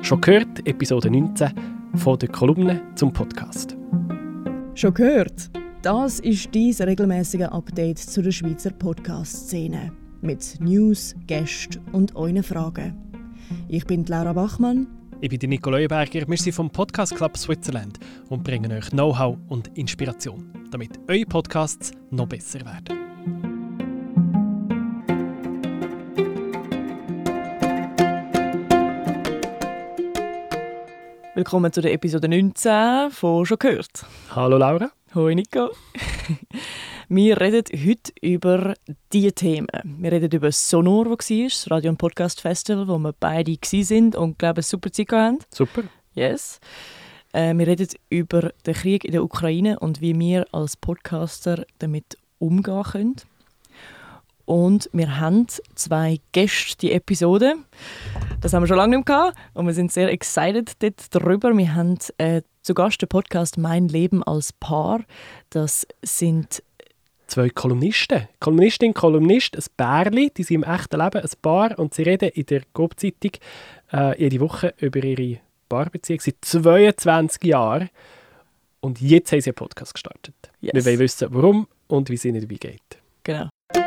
Schon gehört, Episode 19 von der Kolumne zum Podcast. Schon gehört? Das ist dein regelmäßige Update zu der Schweizer Podcast-Szene. Mit News, Gästen und euren Fragen. Ich bin Laura Bachmann. Ich bin Nico Leuenberger. Wir sind vom Podcast Club Switzerland und bringen euch Know-how und Inspiration, damit eure Podcasts noch besser werden. Willkommen zu der Episode 19 von «Schon gehört». Hallo Laura. Hoi Nico. Wir reden heute über diese Themen. Wir reden über Sonor, das war, das Radio- und Podcast-Festival, wo wir beide waren und, glaube ich, eine super Zeit hatten. Super. Yes. Wir reden über den Krieg in der Ukraine und wie wir als Podcaster damit umgehen können. Und wir haben 2 Gäste die Episode. Das haben wir schon lange nicht mehr gehabt und wir sind sehr excited darüber. Wir haben zu Gast den Podcast «Mein Leben als Paar». Das sind 2 Kolumnisten. Kolumnistin, Kolumnist, ein Pärchen, die sind im echten Leben ein Paar und sie reden in der Coop-Zeitung jede Woche über ihre Paarbeziehung seit 22 Jahren. Und jetzt haben sie einen Podcast gestartet. Yes. Wir wollen wissen, warum und wie es ihnen dabei geht. Genau.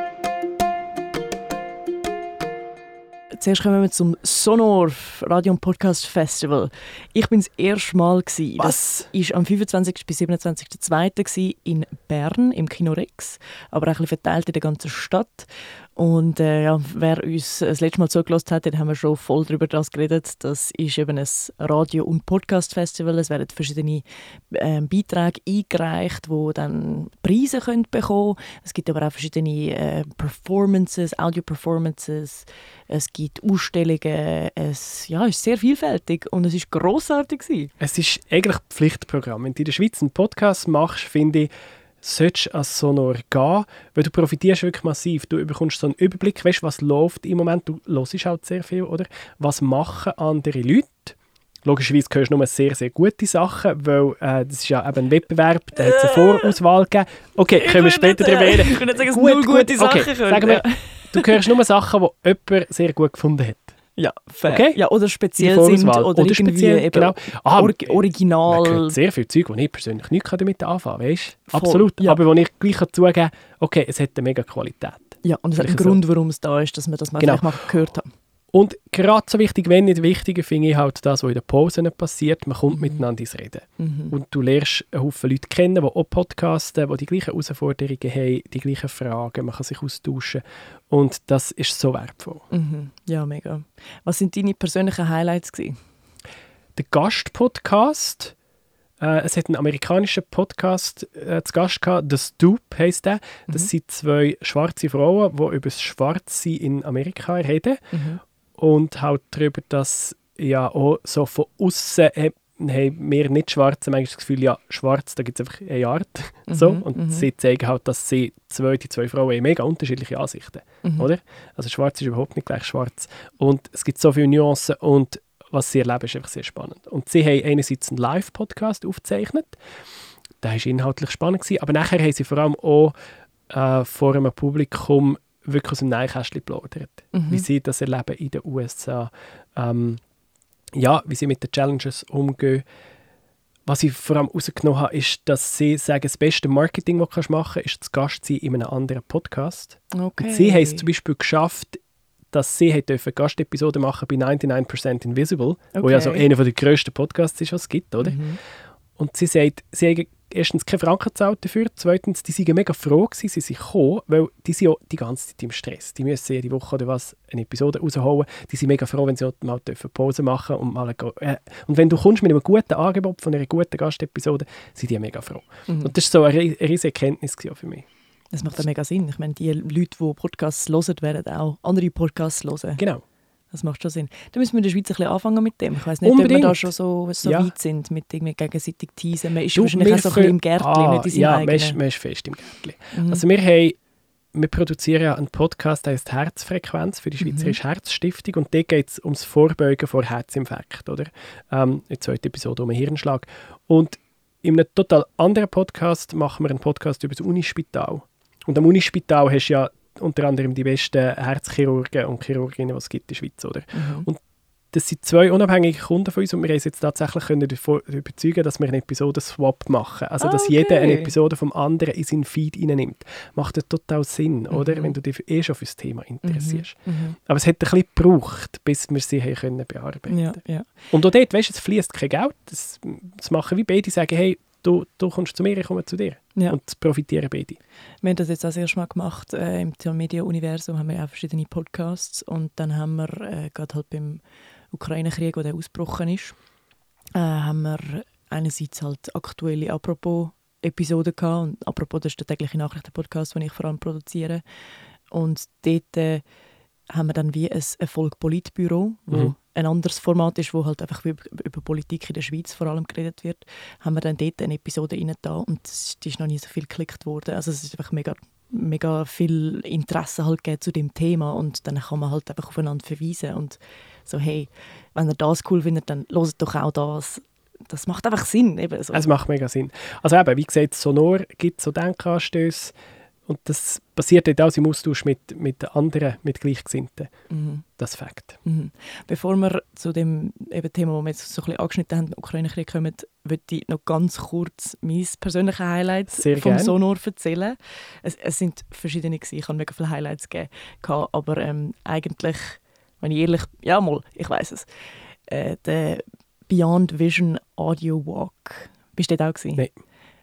Zuerst kommen wir zum Sonor Radio- und Podcast Festival. Ich bin das erste Mal. Was? Das war am 25. bis 27.02. in Bern im Kino Rex, aber auch ein bisschen verteilt in der ganzen Stadt. Und wer uns das letzte Mal zugelassen hat, dann haben wir schon voll darüber geredet. Das ist eben ein Radio- und Podcast-Festival. Es werden verschiedene Beiträge eingereicht, die dann Preise bekommen können. Es gibt aber auch verschiedene Performances, Audio-Performances. Es gibt Ausstellungen. Es ist sehr vielfältig und es war grossartig. Es ist eigentlich Pflichtprogramm. Wenn du in der Schweiz einen Podcast machst, finde ich, solltest du als Sonor gehen, weil du profitierst wirklich massiv. Du bekommst so einen Überblick, weißt, was läuft im Moment. Du hörst halt sehr viel, oder? Was machen andere Leute? Logischerweise hörst du nur sehr, sehr gute Sachen, weil das ist ja eben ein Wettbewerb, da hat es eine Vorauswahl gegeben. Okay, können wir später darüber reden. Ich würde nicht sagen, dass es nur gute Sachen okay, sagen wir, du hörst nur Sachen, die jemand sehr gut gefunden hat. Ja, fair. Okay? Ja, oder speziell sind oder irgendwie speziell, eben genau. original. Man hört sehr viel Zeug, wo ich persönlich nichts damit anfangen kann, weißt? Voll, Absolut. ja. Aber wo ich gleich zugeben kann, okay, es hat eine mega Qualität. Ja, und es hat einen Grund, warum es da ist, dass wir das mal vielleicht mal gehört haben. Und gerade so wichtig, wenn nicht wichtiger, finde ich halt das, was in den Pausen passiert. Man kommt miteinander ins Reden. Und du lernst einen Haufen Leute kennen, die auch podcasten, die die gleichen Herausforderungen haben, die gleichen Fragen, man kann sich austauschen. Und das ist so wertvoll. Ja, mega. Was sind deine persönlichen Highlights gewesen? Der Gastpodcast. Es hat einen amerikanischen Podcast zu Gast gehabt, «The Stoop» heisst der. Das sind 2 schwarze Frauen, die über das Schwarzsein in Amerika reden. Und halt darüber, dass ja auch so von außen haben wir nicht Schwarze manchmal das Gefühl, ja, schwarz, da gibt es einfach eine Art. So. Und sie zeigen halt, dass die 2 Frauen haben mega unterschiedliche Ansichten. Oder? Also schwarz ist überhaupt nicht gleich schwarz. Und es gibt so viele Nuancen und was sie erleben, ist einfach sehr spannend. Und sie haben einerseits einen Live-Podcast aufgezeichnet. Der war inhaltlich spannend gewesen, aber nachher haben sie vor allem auch vor einem Publikum wirklich aus dem Nähkästchen geplaudert. Wie sie das erleben in den USA. Wie sie mit den Challenges umgehen. Was ich vor allem herausgenommen habe, ist, dass sie sagen, das beste Marketing, das du machen kannst, ist das Gastsein in einem anderen Podcast. Okay. Und sie haben es zum Beispiel geschafft, dass sie eine Gastepisode machen bei 99% Invisible, wo ja so einer der grössten Podcasts ist, was es gibt, oder? Und sie sagt, sie haben erstens keine Franken gezahlt dafür, zweitens, die waren mega froh gewesen, sie sind gekommen, weil die sind ja die ganze Zeit im Stress. Die müssen jede Woche oder was eine Episode rausholen. Die sind mega froh, wenn sie mal Pause machen und mal und wenn du kommst mit einem guten Angebot von einer guten Gastepisode, sind die mega froh. Und das war so eine riesige Erkenntnis für mich. Das macht ja mega Sinn. Ich meine, die Leute, die Podcasts hören, werden auch andere Podcasts hören. Genau. Das macht schon Sinn. Dann müssen wir in der Schweiz ein bisschen anfangen mit dem. Ich weiss nicht, Unbedingt. ob wir da schon so weit sind, mit irgendwie gegenseitig teasen. Man ist wahrscheinlich auch so ein bisschen im Gärtchen, nicht in seinem eigenen. Man ist fest im Gärtchen. Also wir produzieren ja einen Podcast, der heißt «Herzfrequenz» für die Schweizerische Herzstiftung. Und dort geht es ums Vorbeugen vor Herzinfarkt. Oder? In der 2. Episode um einen Hirnschlag. Und in einem total anderen Podcast machen wir einen Podcast über das Unispital. Und am Unispital hast du ja unter anderem die besten Herzchirurgen und Chirurginnen, die es gibt in der Schweiz. Oder? Und das sind 2 unabhängige Kunden von uns und wir haben uns jetzt tatsächlich davon überzeugen, dass wir einen Episoden-Swap machen. Also, dass jeder eine Episode vom anderen in seinen Feed reinnimmt. Macht ja total Sinn, oder? Wenn du dich schon für das Thema interessierst. Aber es hat ein bisschen gebraucht, bis wir sie können bearbeiten konnten. Ja. Und auch dort, weißt du, es fließt kein Geld. Das machen wie beide, sagen, hey, du kommst zu mir, ich komme zu dir. Ja. Und das profitieren beide. Wir haben das jetzt auch das erste Mal gemacht. Im Media-Universum haben wir auch verschiedene Podcasts. Und dann haben wir gerade halt beim Ukraine-Krieg, der ausgebrochen ist, haben wir einerseits halt aktuelle Apropos-Episoden gehabt. Und Apropos, das ist der tägliche Nachrichten-Podcast, den ich vor allem produziere. Und dort haben wir dann wie ein Erfolg-Politbüro, wo ein anderes Format ist, wo halt einfach über Politik in der Schweiz vor allem geredet wird, haben wir dann dort eine Episode rein da und die ist noch nie so viel geklickt worden. Also es ist einfach mega viel Interesse halt zu dem Thema und dann kann man halt einfach aufeinander verweisen und so, hey, wenn ihr das cool findet, dann hört doch auch das. Das macht einfach Sinn. Eben so. Es macht mega Sinn. Also eben, wie gesagt, Sonor gibt so Denkanstöße und das passiert dort auch im Austausch mit anderen, mit Gleichgesinnten. Das ist Fakt. Bevor wir zu dem eben Thema, das wir jetzt so ein bisschen angeschnitten haben, Ukraine-Krieg kommen, würde ich noch ganz kurz mein persönliche Highlights vom Sonor erzählen. Es sind verschiedene gewesen. Ich habe mega viele Highlights gegeben, aber eigentlich, wenn ich ehrlich, ich weiss es, der Beyond Vision Audio Walk. Bist du dort auch gewesen? Nein.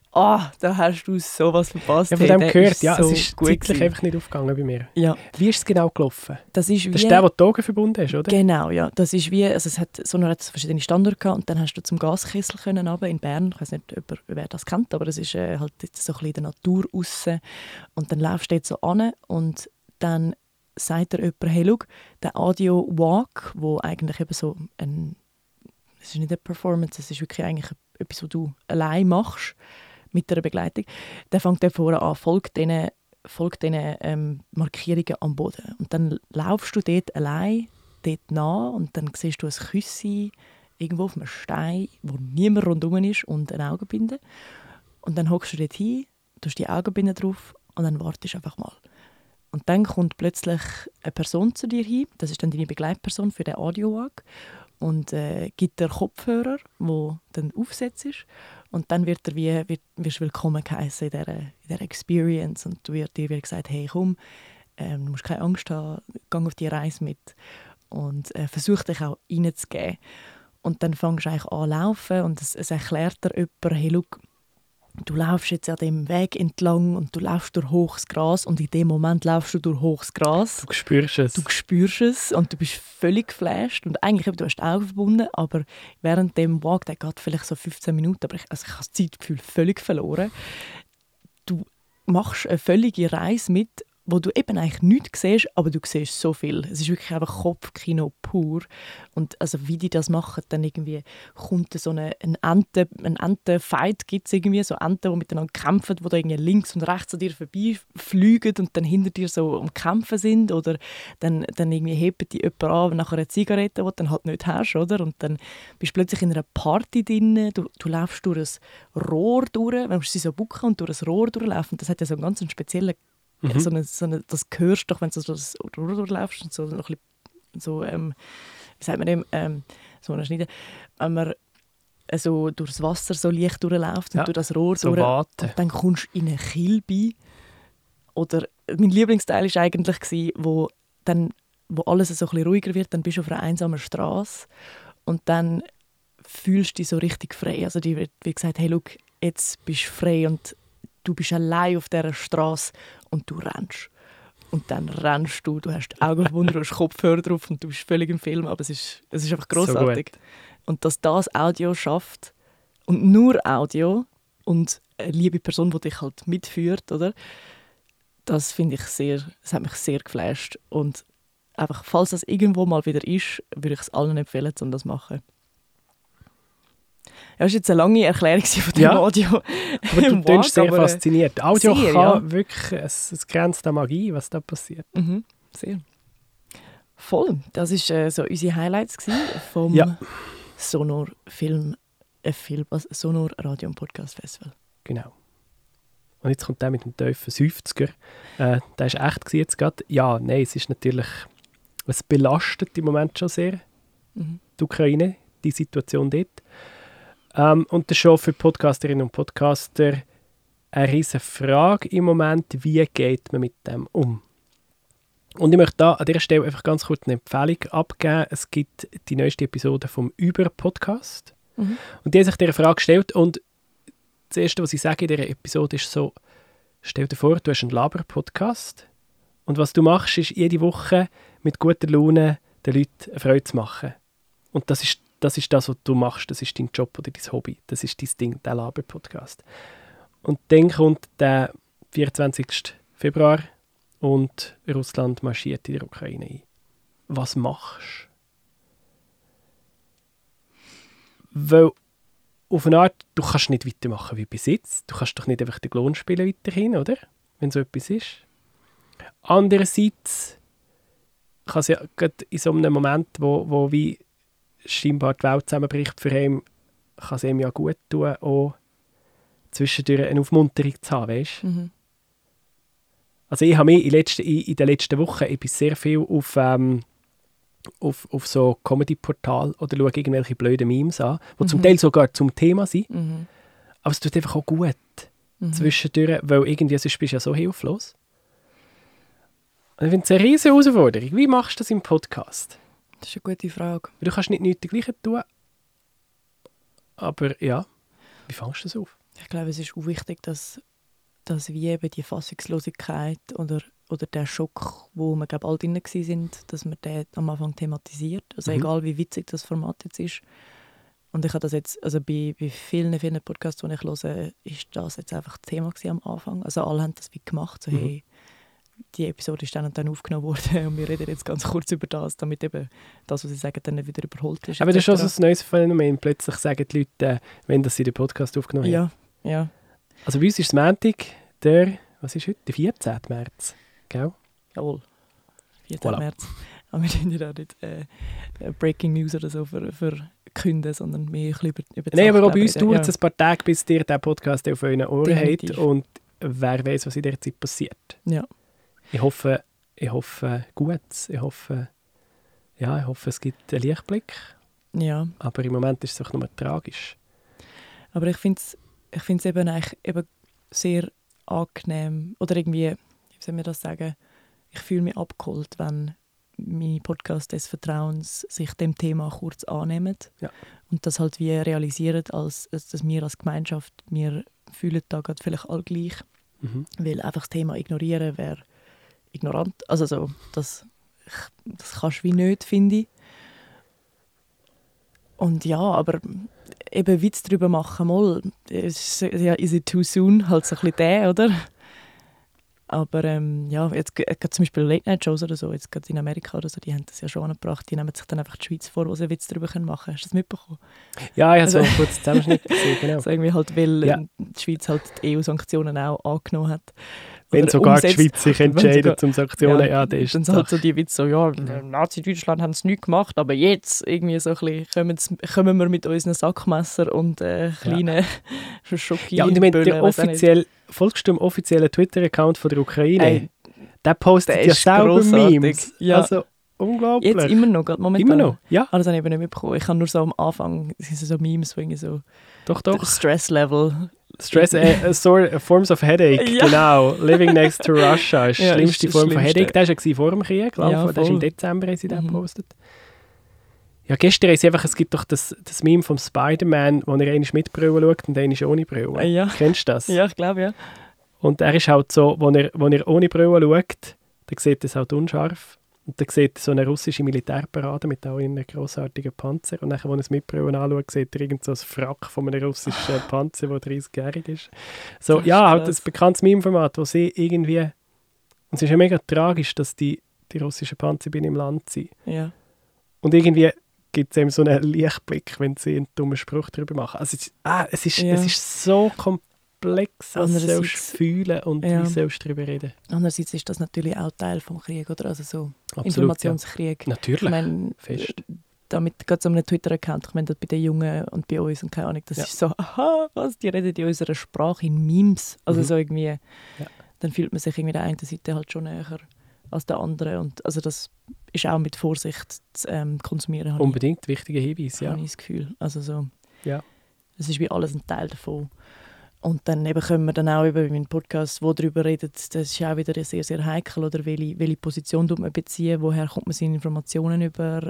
Da hast du sowas verpasst. Ja, von dem gehört, so es ist zeitlich einfach nicht aufgegangen bei mir. Ja. Wie ist es genau gelaufen? Das ist der, der die Augen verbunden ist, oder? Genau, ja. Das ist wie, also es hat verschiedene Standorte gehabt und dann hast du zum Gaskessel können runter in Bern. Ich weiß nicht, wer das kennt, aber es ist halt jetzt so ein bisschen in der Natur raus. Und dann laufst du jetzt so an und dann sagt dir jemand, hey, schau, der Audio Walk, wo eigentlich eben so es ist nicht eine Performance, es ist wirklich eigentlich etwas, was du allein machst, mit einer Begleitung, der fängt vorne an, folgt diesen Markierungen am Boden. Und dann laufst du dort allein dort nach und dann siehst du ein Küssi irgendwo auf einem Stein, wo niemand rundherum ist und eine Augenbinde. Und dann hockst du dort hin, tust die Augenbinde drauf und dann wartest du einfach mal. Und dann kommt plötzlich eine Person zu dir hin, das ist dann deine Begleitperson für den Audio-Walk und gibt dir Kopfhörer, wo dann aufsetzt ist. Und dann wirst du willkommen geheißen in dieser Experience. Und dir wird gesagt, hey komm, du musst keine Angst haben, geh auf die Reise mit. Und versuch dich auch reinzugeben. Und dann fängst du eigentlich an zu laufen und es erklärt dir jemand, hey schau, du laufst jetzt an dem Weg entlang und du laufst durch hohes Gras und in dem Moment laufst du durch hohes Gras. Du spürst es. Und du bist völlig geflasht und eigentlich du hast die Augen verbunden, aber während dem Walk, der geht vielleicht so 15 Minuten, aber ich habe das Zeitgefühl völlig verloren. Du machst eine völlige Reise mit, wo du eben eigentlich nichts siehst, aber du siehst so viel. Es ist wirklich einfach Kopfkino pur. Und also wie die das machen, dann irgendwie kommt so ein Enten-Fight, gibt es irgendwie, so Enten, die miteinander kämpfen, die da irgendwie links und rechts an dir vorbeifliegen und dann hinter dir so am Kämpfen sind. Oder dann irgendwie heben die jemanden an nach einer Zigarette, die du dann halt nicht hast, oder? Und dann bist du plötzlich in einer Party drin, du laufst durch ein Rohr durch, wenn du sie so bucken und durch ein Rohr durchlaufen. Das hat ja so einen ganz speziellen das hörst du doch, wenn du so das Rohr durchläufst und so noch ein bisschen, so, wie sagt man dem, so eine Schneide, wenn man so durchs Wasser so leicht durchläuft und durch das Rohr so durch und dann kommst du in eine Kilbe. Oder mein Lieblingsteil war eigentlich, wo alles so ein bisschen ruhiger wird, dann bist du auf einer einsamen Straße und dann fühlst du dich so richtig frei. Also dir wird wie gesagt, hey, schau, jetzt bist du frei und du bist allein auf dieser Straße und du rennst. Und dann rennst du hast die Augen verbunden, du hast Kopfhörer drauf und du bist völlig im Film, aber es ist einfach grossartig. So und dass das Audio schafft und nur Audio und eine liebe Person, die dich halt mitführt, oder? Das finde ich das hat mich sehr geflasht. Und einfach, falls das irgendwo mal wieder ist, würde ich es allen empfehlen, um das zu machen. Ja, das war jetzt eine lange Erklärung von dem Audio. Aber du bist sehr fasziniert. Audio kann wirklich, es grenzt an Magie, was da passiert. Sehr. Voll. Das waren so unsere Highlights vom Sonor Sonor Radio und Podcast Festival. Genau. Und jetzt kommt der mit dem tiefen 50er. Der war echt jetzt gerade. Ja, nein, es ist natürlich, es belastet im Moment schon sehr. die Ukraine, die Situation dort. Und das ist schon für Podcasterinnen und Podcaster eine riesige Frage im Moment, wie geht man mit dem um? Und ich möchte da an dieser Stelle einfach ganz kurz eine Empfehlung abgeben. Es gibt die neueste Episode vom Über-Podcast. Und die haben sich dieser Frage gestellt. Und das Erste, was ich sage in dieser Episode, ist so, stell dir vor, du hast einen Laber-Podcast. Und was du machst, ist jede Woche mit guter Laune den Leuten eine Freude zu machen. Und das ist das, was du machst. Das ist dein Job oder dein Hobby. Das ist dein Ding, der Laber-Podcast. Und dann kommt der 24. Februar und Russland marschiert in die Ukraine ein. Was machst du? Weil auf eine Art, du kannst nicht weitermachen wie bis jetzt. Du kannst doch nicht einfach den Klon spielen weiterhin, oder? Wenn so etwas ist. Andererseits kann es ja gerade in so einem Moment, wo wie scheinbar die Welt zusammenbricht für ihn, kann es ihm ja gut tun, auch zwischendurch eine Aufmunterung zu haben, weißt? Also ich habe mich in den letzten Wochen ich bin sehr viel auf so Comedy-Portal oder schaue irgendwelche blöden Memes an, die zum Teil sogar zum Thema sind. Aber es tut einfach auch gut zwischendurch, weil irgendwie sonst bist du ja so hilflos. Und ich finde es eine riesige Herausforderung. Wie machst du das im Podcast? Das ist eine gute Frage. Du kannst nicht dergleichen tun, aber ja, wie fängst du das auf? Ich glaube, es ist auch wichtig, dass wie eben die Fassungslosigkeit oder der Schock, wo wir glaube alle drin waren, dass man den am Anfang thematisiert. Also egal, wie witzig das Format jetzt ist. Und ich habe das jetzt, also bei vielen Podcasts, die ich höre, ist das jetzt einfach das Thema am Anfang. Also alle haben das wie gemacht, so hey, die Episode ist dann und dann aufgenommen worden und wir reden jetzt ganz kurz über das, damit eben das, was sie sagen, dann nicht wieder überholt ist. Aber das ist schon so ein neues Phänomen. Plötzlich sagen die Leute, wenn sie den Podcast aufgenommen haben. Ja. Also bei uns ist es Montag, der 14. März. Gell? Jawohl, 14. März. Aber wir können ja auch nicht Breaking News oder so verkünden, sondern mehr ein bisschen über die Nein, aber auch bei Sachen uns reden. dauert es ein paar Tage, bis ihr diesen Podcast auf euren Ohren Definitiv. habt und wer weiß, was in dieser Zeit passiert. Ja. Ich hoffe Gutes. Ich hoffe, es gibt einen Lichtblick. Ja. Aber im Moment ist es auch nur tragisch. Aber ich finde es eben eigentlich eben sehr angenehm oder irgendwie, wie soll man das sagen, ich fühle mich abgeholt, wenn meine Podcasts des Vertrauens sich dem Thema kurz annehmen und das halt wie realisieren, dass wir als Gemeinschaft, wir fühlen da gerade vielleicht alle gleich, weil einfach das Thema ignorieren wäre ignorant. Also so, das kannst du wie nicht, finde ich. Und ja, aber eben Witz darüber machen, mal, is it too soon, halt so ein bisschen der, oder? Aber jetzt zum Beispiel Late-Night-Shows oder so, jetzt gerade in Amerika oder so, die haben das ja schon angebracht, die nehmen sich dann einfach die Schweiz vor, wo sie Witz darüber machen können. Hast du das mitbekommen? Ja, ich habe so einen kurzen Zusammenschnitt gesehen, genau. So irgendwie halt, weil die Schweiz halt die EU-Sanktionen auch angenommen hat. Wenn sogar die Schweiz sich entscheidet, um Sanktionen, dann ist dann halt so die Witze so, Nazi-Deutschland haben es nicht gemacht, aber jetzt irgendwie so ein bisschen kommen wir mit unseren Sackmesser und kleinen Schoki. Ja, und ich meine, folgst du dem offiziellen Twitter-Account von der Ukraine? Der postet ja selber Memes. Ja. Also, unglaublich. Jetzt immer noch, gerade momentan. Immer noch, ja. Aber das habe ich eben nicht mitbekommen. Ich habe nur so am Anfang, es sind so Memes, wo irgendwie so Doch. Stress-Level. Forms of Headache, genau. Living next to Russia ist die schlimmste Form von Headache. Das war vor dem Krieg, glaube ich. Das ist im Dezember, haben sie den gepostet. Ja, gestern haben sie einfach, es gibt doch das Meme vom Spider-Man, wo er einmal mit Brille schaut und einmal ohne Brille. Ja. Kennst du das? Ja, ich glaube, ja. Und er ist halt so, wo er ohne Brille schaut, dann sieht es halt unscharf. Und dann sieht er so eine russische Militärparade mit auch einem grossartigen Panzer. Und dann, wenn er es mit Brille anschaut, sieht er irgend so ein Frack von einem russischen Panzer, der 30-jährig ist. So, das ja, halt ein bekanntes Meme-Format, wo sie irgendwie... Und es ist ja mega tragisch, dass die russischen Panzer bei ihm im Land sind. Ja. Und irgendwie gibt es eben so einen Lichtblick, wenn sie einen dummen Spruch darüber machen. Also es ist so komplex, was sollst du fühlen und wie sollst du darüber reden. Andererseits ist das natürlich auch Teil des Krieges, oder? Also so Absolut, Informationskrieg. Ja. Natürlich, ich meine, fest. Damit geht es um einen Twitter-Account. Ich meine, bei den Jungen und bei uns und keine Ahnung, das ist so, aha, was, die reden in unserer Sprache in Memes. Also so irgendwie, dann fühlt man sich irgendwie der einen Seite halt schon näher als der anderen. Und also das ist auch mit Vorsicht zu konsumieren. Unbedingt, wichtiger Hinweis, ja. Habe ich das Gefühl. Also so, ja. Es ist wie alles ein Teil davon. Und dann eben können wir dann auch über meinen Podcast, wo darüber redet, das ist auch wieder sehr, sehr heikel, oder welche Position tut man beziehen, woher kommt man seine Informationen über,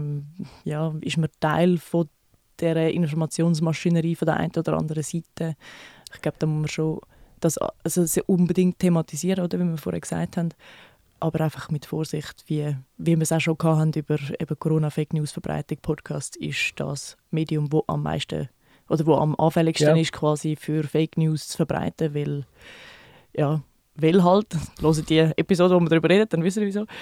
ist man Teil von dieser Informationsmaschinerie von der einen oder anderen Seite. Ich glaube, da muss man schon das unbedingt thematisieren, oder, wie wir vorher gesagt haben, aber einfach mit Vorsicht, wie wir es auch schon hatten über Corona-Fake-News-Verbreitung. Podcast ist das Medium, das am meisten oder wo am anfälligsten ist, quasi für Fake News zu verbreiten, weil halt, hört die Episode, wo wir darüber reden, dann wissen wir wieso.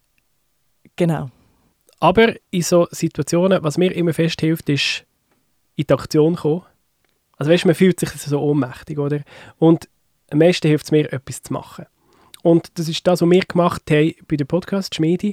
Genau. Aber in so Situationen, was mir immer fest hilft, ist in die Aktion kommen. Also weißt, man fühlt sich so ohnmächtig, oder? Und am meisten hilft es mir, etwas zu machen. Und das ist das, was wir gemacht haben bei der Podcast-Schmiede.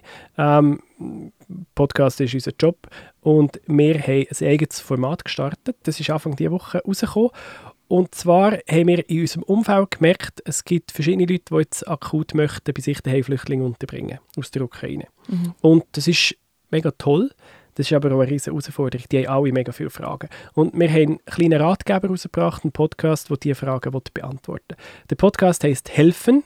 Podcast ist unser Job. Und wir haben ein eigenes Format gestartet. Das ist Anfang dieser Woche rausgekommen. Und zwar haben wir in unserem Umfeld gemerkt, es gibt verschiedene Leute, die jetzt akut möchten bei sich daheim Flüchtlinge unterbringen aus der Ukraine. Mhm. Und das ist mega toll. Das ist aber auch eine riesige Herausforderung. Die haben alle mega viele Fragen. Und wir haben einen kleinen Ratgeber rausgebracht, einen Podcast, der diese Fragen beantworten will. Der Podcast heisst «Helfen».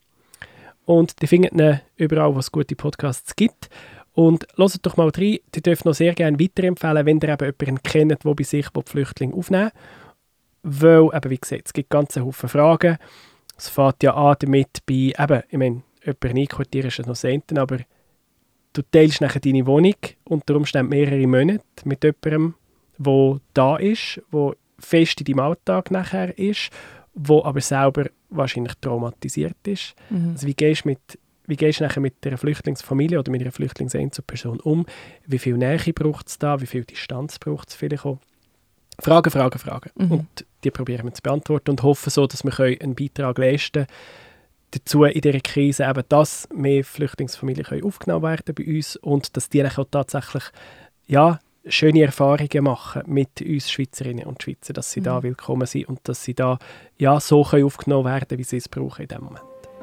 Und ihr findet ihn überall, wo es gute Podcasts gibt. Und hört doch mal rein. Ihr dürft noch sehr gerne weiterempfehlen, wenn ihr eben jemanden kennt, der bei sich die Flüchtlinge aufnehmen will. Weil, eben, wie gesagt, es gibt ganz viele Fragen. Es fängt ja an damit bei, eben, ich meine, jemanden einquartieren ist noch selten, aber du teilst nachher deine Wohnung unter Umständen mehrere Monate mit jemandem, der da ist, der fest in deinem Alltag nachher ist, der aber selber wahrscheinlich traumatisiert ist. Mhm. Also wie gehst du nachher mit einer Flüchtlingsfamilie oder mit einer Flüchtlingseinzelperson um? Wie viel Nähe braucht es da? Wie viel Distanz braucht es vielleicht auch? Fragen. Mhm. Und die probieren wir zu beantworten und hoffen so, dass wir einen Beitrag leisten können, dazu in dieser Krise, eben, dass mehr Flüchtlingsfamilien aufgenommen werden bei uns und dass die auch tatsächlich schöne Erfahrungen machen mit uns Schweizerinnen und Schweizer, dass sie da willkommen sind und dass sie da so aufgenommen werden, wie sie es brauchen in diesem Moment.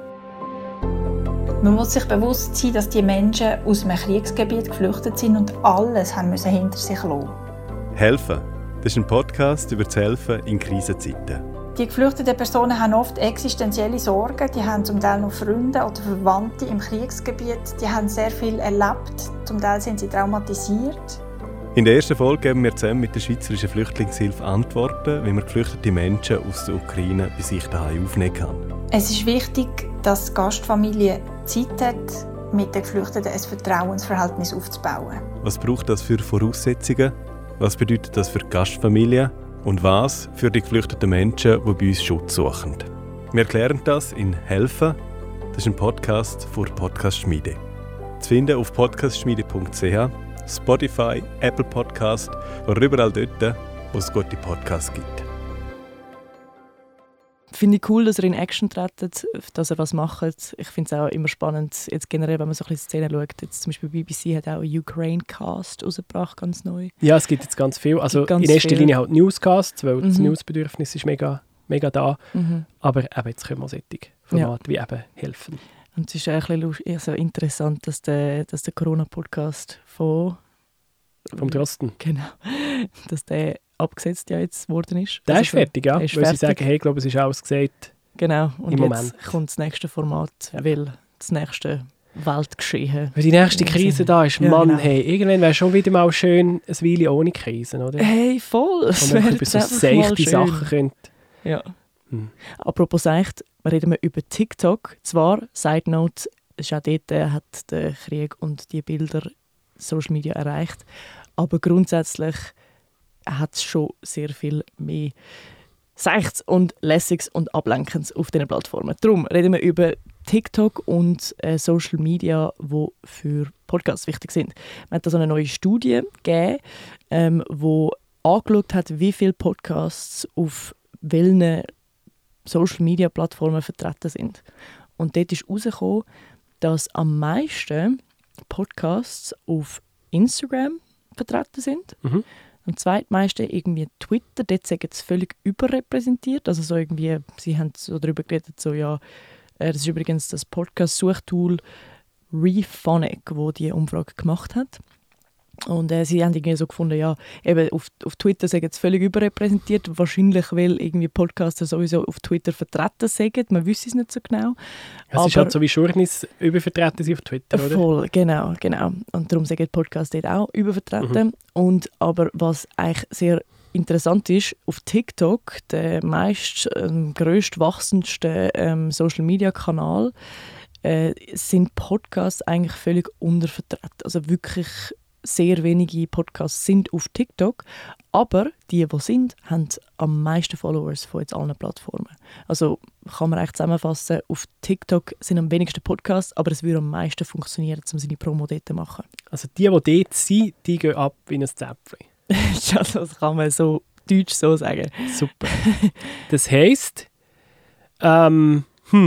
Man muss sich bewusst sein, dass die Menschen aus einem Kriegsgebiet geflüchtet sind und alles haben müssen hinter sich lassen. Helfen. Das ist ein Podcast über das Helfen in Krisenzeiten. Die geflüchteten Personen haben oft existenzielle Sorgen. Die haben zum Teil noch Freunde oder Verwandte im Kriegsgebiet. Die haben sehr viel erlebt. Zum Teil sind sie traumatisiert. In der ersten Folge geben wir zusammen mit der Schweizerischen Flüchtlingshilfe Antworten, wie man geflüchtete Menschen aus der Ukraine bei sich daheim aufnehmen kann. Es ist wichtig, dass die Gastfamilie Zeit hat, mit den Geflüchteten ein Vertrauensverhältnis aufzubauen. Was braucht das für Voraussetzungen? Was bedeutet das für die Gastfamilie? Und was für die geflüchteten Menschen, die bei uns Schutz suchen? Wir erklären das in «Helfen». Das ist ein Podcast von Podcast-Schmiede. Zu finden auf podcastschmiede.ch, Spotify, Apple Podcast oder überall dort, wo es gute Podcasts gibt. Finde ich cool, dass ihr in Action tretet, dass ihr was macht. Ich finde es auch immer spannend, jetzt generell, wenn man so ein bisschen Szenen schaut. Jetzt zum Beispiel BBC hat auch einen Ukraine-Cast rausgebracht, ganz neu. Ja, es gibt jetzt ganz viel. Also in erster Linie halt Newscasts, weil das Newsbedürfnis ist mega da. Mhm. Aber eben, jetzt können wir solche Formate wie eben helfen. Und es ist ein bisschen so interessant, dass der Corona-Podcast vom Drosten. Genau. Dass der abgesetzt jetzt worden ist. Der ist fertig, ja. Weil sie sagen, hey, ich glaube, es ist alles gesagt. Genau. Und im jetzt Moment kommt das nächste Format, weil das nächste Weltgeschehen. Weil die nächste Krise da ist, Mann, hey, irgendwann wäre schon wieder mal schön eine Weile ohne Krisen, oder? Hey, voll. Und man über so seichte Sachen könnte. Ja. Apropos seicht, reden wir über TikTok. Zwar, Side Note, ist auch dort hat der Krieg und die Bilder Social Media erreicht, aber grundsätzlich hat es schon sehr viel mehr Seichts und Lässiges und Ablenkendes auf diesen Plattformen. Darum reden wir über TikTok und Social Media, die für Podcasts wichtig sind. Man hat da so eine neue Studie gegeben, die angeschaut hat, wie viele Podcasts auf welchen Social Media Plattformen vertreten sind. Und dort ist herausgekommen, dass am meisten Podcasts auf Instagram vertreten sind. Mhm. Am zweitmeisten irgendwie Twitter, dort sind sie völlig überrepräsentiert. Also so irgendwie, sie haben so darüber geredet, so ja, das ist übrigens das Podcast-Suchtool Rephonic, wo die Umfrage gemacht hat. Und sie haben irgendwie so gefunden, ja, eben auf Twitter sind jetzt völlig überrepräsentiert, wahrscheinlich weil irgendwie Podcaster sowieso auf Twitter vertreten sind, man wüsste es nicht so genau. Es ist halt so wie Journeys übervertreten sind auf Twitter, oder? Voll, genau. Und darum sind Podcasts dort auch übervertreten. Und aber was eigentlich sehr interessant ist, auf TikTok, der grösst wachsendste Social-Media-Kanal, sind Podcasts eigentlich völlig untervertreten. Also wirklich sehr wenige Podcasts sind auf TikTok, aber die sind, haben am meisten Followers von jetzt allen Plattformen. Also kann man eigentlich zusammenfassen, auf TikTok sind am wenigsten Podcasts, aber es würde am meisten funktionieren, um seine Promo dort zu machen. Also die dort sind, die gehen ab wie ein Zäpfchen. Ja, das kann man so deutsch so sagen. Super. Das heisst, ich mache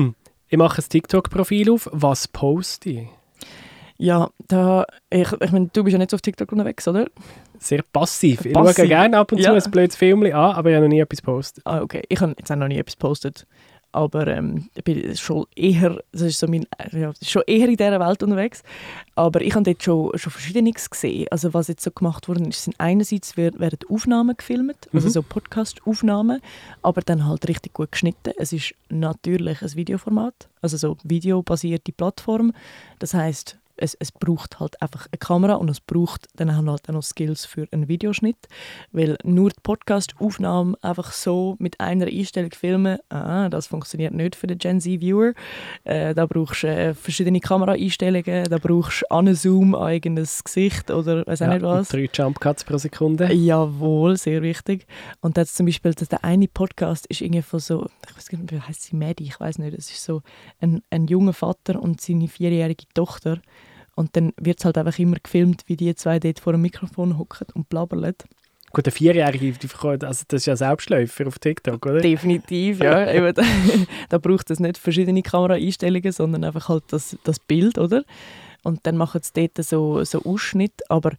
ein TikTok-Profil auf. Was poste ich? Ja, ich meine, du bist ja nicht so auf TikTok unterwegs, oder? Sehr passiv. Ich schaue gerne ab und zu ein blödes Film an, aber ich habe noch nie etwas gepostet. Ah, okay. Ich habe jetzt auch noch nie etwas gepostet. Aber ich bin schon eher, schon eher in dieser Welt unterwegs. Aber ich habe dort schon Verschiedenes gesehen. Also was jetzt so gemacht worden ist, sind einerseits werden Aufnahmen gefilmt, also so Podcast-Aufnahmen, aber dann halt richtig gut geschnitten. Es ist natürlich ein Videoformat, also so videobasierte Plattform. Das heisst, es braucht halt einfach eine Kamera und es braucht dann halt auch noch Skills für einen Videoschnitt, weil nur die Podcast-Aufnahme einfach so mit einer Einstellung filmen, das funktioniert nicht für den Gen Z-Viewer. Da brauchst du verschiedene Kameraeinstellungen, da brauchst du einen Zoom an eigenes Gesicht oder weiß auch nicht was. 3 Jump-Cuts pro Sekunde. Jawohl, sehr wichtig. Und das zum Beispiel, der eine Podcast ist irgendwie von so, ich weiß nicht, wie heisst sie, Maddie, ich weiß nicht, es ist so ein junger Vater und seine 4-jährige Tochter. Und dann wird es halt einfach immer gefilmt, wie die zwei dort vor dem Mikrofon hocken und blabbern. Gut, der 4-Jährige, also das ist ja Selbstläufer auf TikTok, oder? Definitiv, ja. Eben, da braucht es nicht verschiedene Kameraeinstellungen, sondern einfach halt das Bild, oder? Und dann machen sie dort so Ausschnitt. Aber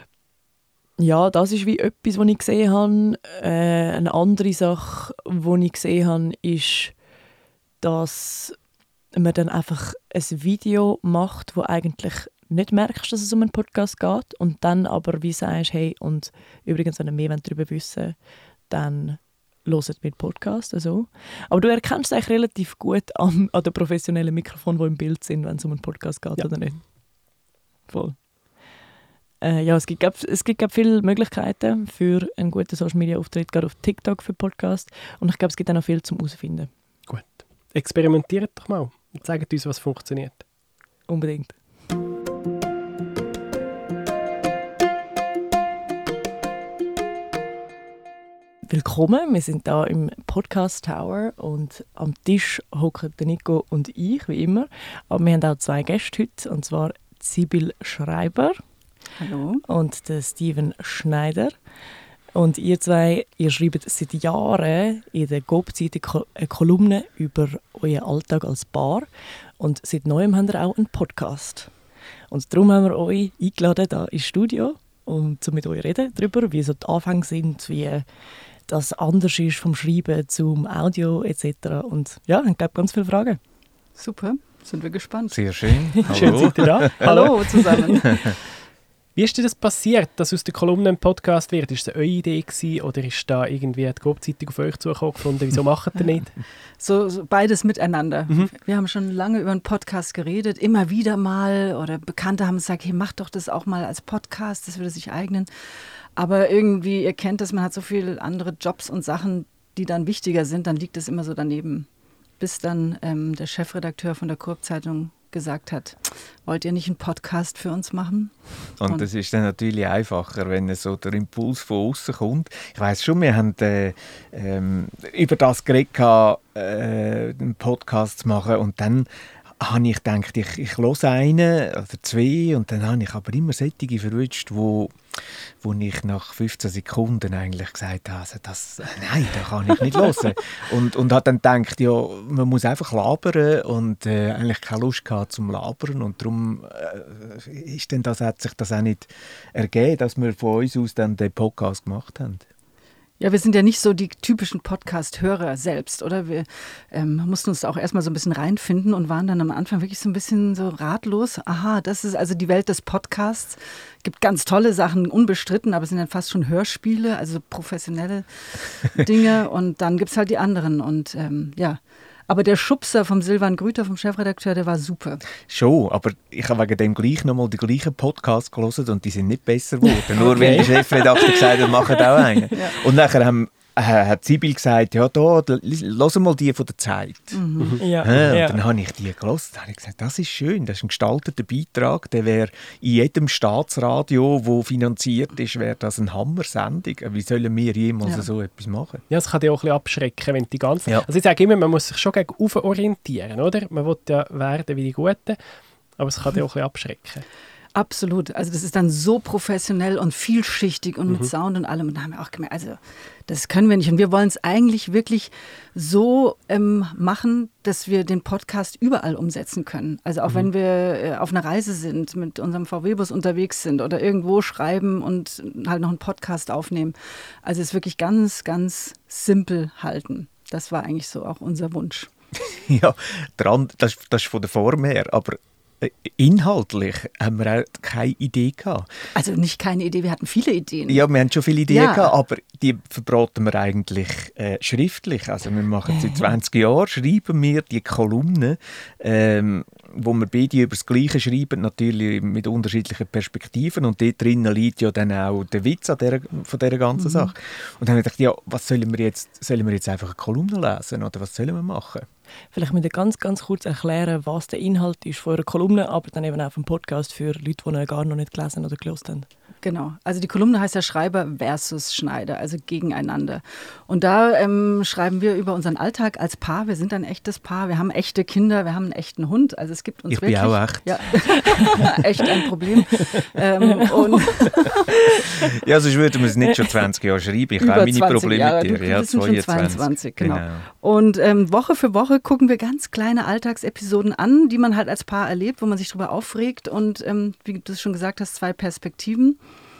ja, das ist wie etwas, was ich gesehen habe. Eine andere Sache, die ich gesehen habe, ist, dass man dann einfach ein Video macht, wo eigentlich nicht merkst, dass es um einen Podcast geht und dann aber wie sagst, hey, und übrigens, wenn ihr mehr darüber wissen wollt, dann hört mit Podcast. Also. Aber du erkennst es eigentlich relativ gut an den professionellen Mikrofonen, die im Bild sind, wenn es um einen Podcast geht, oder nicht? Voll. Ja, es gibt viele Möglichkeiten für einen guten Social-Media-Auftritt, gerade auf TikTok für Podcast. Und ich glaube, es gibt auch noch viel zum herausfinden. Gut. Experimentiert doch mal und zeigt uns, was funktioniert. Unbedingt. Willkommen, wir sind hier im Podcast Tower und am Tisch hocken Nico und ich, wie immer. Aber wir haben auch 2 Gäste heute, und zwar Sibyl Schreiber. Hallo. Und der Steven Schneider. Und ihr zwei, ihr schreibt seit Jahren in der GoP-Zeitung Kolumnen über euren Alltag als Paar. Und seit Neuem habt ihr auch einen Podcast. Und darum haben wir euch eingeladen hier ins Studio, um mit euch reden darüber, wie so die Anfänge sind, wie das anders ist vom Schreiben zum Audio etc. Und ja, ich glaube, ganz viele Fragen. Super, sind wir gespannt. Sehr schön. Hallo. Schön, seid ihr da. Hallo zusammen. Wie ist dir das passiert, dass aus der Kolumne ein Podcast wird? Ist das eure Idee gewesen, oder ist da irgendwie die GoP-Zeitung auf euch zugekommen gefunden? Wieso macht ihr nicht? So beides miteinander. Wir haben schon lange über einen Podcast geredet, immer wieder mal, oder Bekannte haben gesagt, hey, mach doch das auch mal als Podcast, das würde sich eignen. Aber irgendwie, ihr kennt das, man hat so viele andere Jobs und Sachen, die dann wichtiger sind, dann liegt es immer so daneben. Bis dann der Chefredakteur von der Coop-Zeitung gesagt hat, wollt ihr nicht einen Podcast für uns machen? Und das ist dann natürlich einfacher, wenn so der Impuls von außen kommt. Ich weiss schon, wir haben über das geredet, einen Podcast zu machen, und dann habe ich gedacht, ich höre einen oder 2, und dann habe ich aber immer solche verwünscht, wo ich nach 15 Sekunden eigentlich gesagt habe, also nein, das kann ich nicht hören. und habe dann gedacht, ja, man muss einfach labern, und eigentlich keine Lust gehabt zum Labern, und darum hat sich das auch nicht ergeben, dass wir von uns aus dann den Podcast gemacht haben. Ja, wir sind ja nicht so die typischen Podcast-Hörer selbst, oder? Wir mussten uns da auch erstmal so ein bisschen reinfinden und waren dann am Anfang wirklich so ein bisschen so ratlos. Aha, das ist also die Welt des Podcasts. Gibt ganz tolle Sachen, unbestritten, aber es sind dann fast schon Hörspiele, also professionelle Dinge. Und dann gibt es halt die anderen. Und ja, aber der Schubser vom Silvan Grüter, vom Chefredakteur, der war super. Schon, aber ich habe wegen dem gleich nochmal die gleichen Podcasts gelesen und die sind nicht besser geworden. Nur weil der Chefredakteur gesagt hat, machen auch einen. Ja. Und nachher hat Sibyl gesagt, ja, lass mal die von der Zeit. Mhm. Ja. Und dann habe ich die gelesen. Dann habe ich gesagt, das ist schön, das ist ein gestalteter Beitrag. Der wäre in jedem Staatsradio, das finanziert ist, wäre das eine Hammer-Sendung. Wie sollen wir jemals so etwas machen? Ja, es kann dich auch ein bisschen abschrecken, wenn die ganze... Ja. Also ich sage immer, man muss sich schon gegen oben orientieren, oder? Man will ja werden wie die Guten, aber es kann dich auch ein bisschen abschrecken. Absolut. Also das ist dann so professionell und vielschichtig und mit Sound und allem. Und da haben wir auch gemerkt, also das können wir nicht. Und wir wollen es eigentlich wirklich so machen, dass wir den Podcast überall umsetzen können. Also auch wenn wir auf einer Reise sind, mit unserem VW-Bus unterwegs sind oder irgendwo schreiben und halt noch einen Podcast aufnehmen. Also es wirklich ganz, ganz simpel halten. Das war eigentlich so auch unser Wunsch. Ja, das ist von der Form her, aber inhaltlich haben wir auch keine Idee gehabt. Also nicht keine Idee, wir hatten viele Ideen. Ja, wir haben schon viele Ideen gehabt, aber die verbraten wir eigentlich schriftlich. Also wir machen seit 20 Jahren, schreiben wir die Kolumnen, wo wir beide über das Gleiche schreiben, natürlich mit unterschiedlichen Perspektiven. Und dort drinnen liegt ja dann auch der Witz von dieser ganzen Sache. Und dann habe ich gedacht, ja, was sollen wir jetzt einfach eine Kolumne lesen oder was sollen wir machen? Vielleicht müssen wir ganz, ganz kurz erklären, was der Inhalt ist von einer Kolumne, aber dann eben auch vom Podcast für Leute, die ihn gar noch nicht gelesen oder gelesen haben. Genau. Also die Kolumne heißt ja Schreiber versus Schneider, also gegeneinander. Und da schreiben wir über unseren Alltag als Paar. Wir sind ein echtes Paar. Wir haben echte Kinder, wir haben einen echten Hund. Also es gibt uns wirklich... Ich bin auch echt. Ja, echt ein Problem. Ja, sonst würden wir es nicht schon 20 Jahre schreiben. Ich habe meine Probleme Jahre. mit dir. Ja, 22, genau. Und Woche für Woche gucken wir ganz kleine Alltagsepisoden an, die man halt als Paar erlebt, wo man sich darüber aufregt. Und wie du es schon gesagt hast, 2 Perspektiven.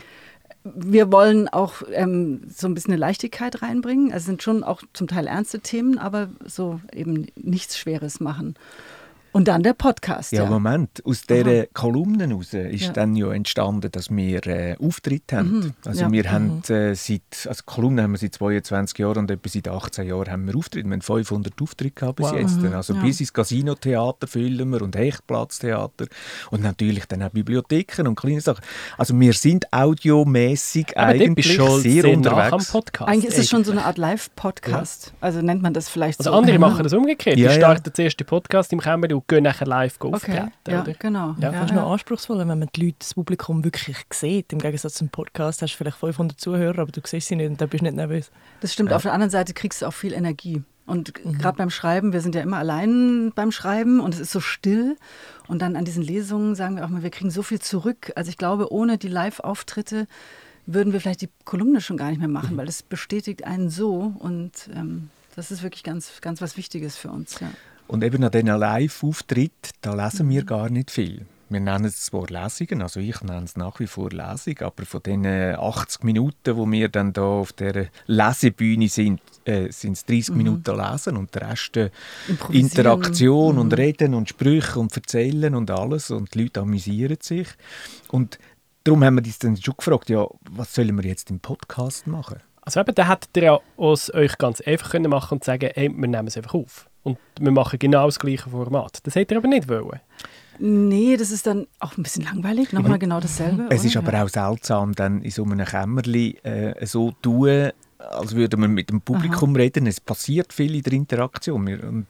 Wir wollen auch so ein bisschen eine Leichtigkeit reinbringen. Also sind schon auch zum Teil ernste Themen, aber so eben nichts Schweres machen. Und dann der Podcast. Ja, Moment. Aus dieser Kolumne heraus ist dann ja entstanden, dass wir Auftritte haben. Also wir haben Kolumne haben wir seit 22 Jahren und etwa seit 18 Jahren haben wir Auftritte. Wir haben 500 Auftritte gehabt bis jetzt. Also bis ins Casino-Theater füllen wir und Hechtplatz-Theater und natürlich dann auch Bibliotheken und kleine Sachen. Also wir sind audiomässig eigentlich schon sehr unterwegs. Eigentlich ist es schon so eine Art Live-Podcast. Ja. Also nennt man das vielleicht also so. Andere machen das umgekehrt. Die starten zuerst den Podcast im Kämmerlein und gehen nachher live auftreten. Ja, genau. Ja, das ist noch anspruchsvoller, wenn man die Leute, das Publikum wirklich sieht. Im Gegensatz zum Podcast hast du vielleicht 500 Zuhörer, aber du siehst sie nicht und dann bist du nicht nervös. Das stimmt. Auf der anderen Seite kriegst du auch viel Energie. Und gerade beim Schreiben, wir sind ja immer allein beim Schreiben und es ist so still. Und dann an diesen Lesungen sagen wir auch mal, wir kriegen so viel zurück. Also ich glaube, ohne die Live-Auftritte würden wir vielleicht die Kolumne schon gar nicht mehr machen, weil es bestätigt einen so. Und das ist wirklich ganz, ganz was Wichtiges für uns, ja. Und eben an diesen Live-Auftritt, da lesen wir gar nicht viel. Wir nennen es zwar Lesungen, also ich nenne es nach wie vor Lesung, aber von den 80 Minuten, wo wir dann da auf der Lesebühne sind es 30 Minuten lesen und der Rest Interaktion und Reden und Sprüche und Erzählen und alles und die Leute amüsieren sich. Und darum haben wir uns dann schon gefragt, ja, was sollen wir jetzt im Podcast machen? Also eben, da hättet ihr ja aus euch ganz einfach können machen und sagen, hey, wir nehmen es einfach auf. Und wir machen genau das gleiche Format. Das hättet ihr aber nicht wollen. Nee, das ist dann auch ein bisschen langweilig. Nochmal genau dasselbe. Es ist aber auch seltsam, dann in so einem Kämmerli so tun, als würde man mit dem Publikum reden. Es passiert viel in der Interaktion.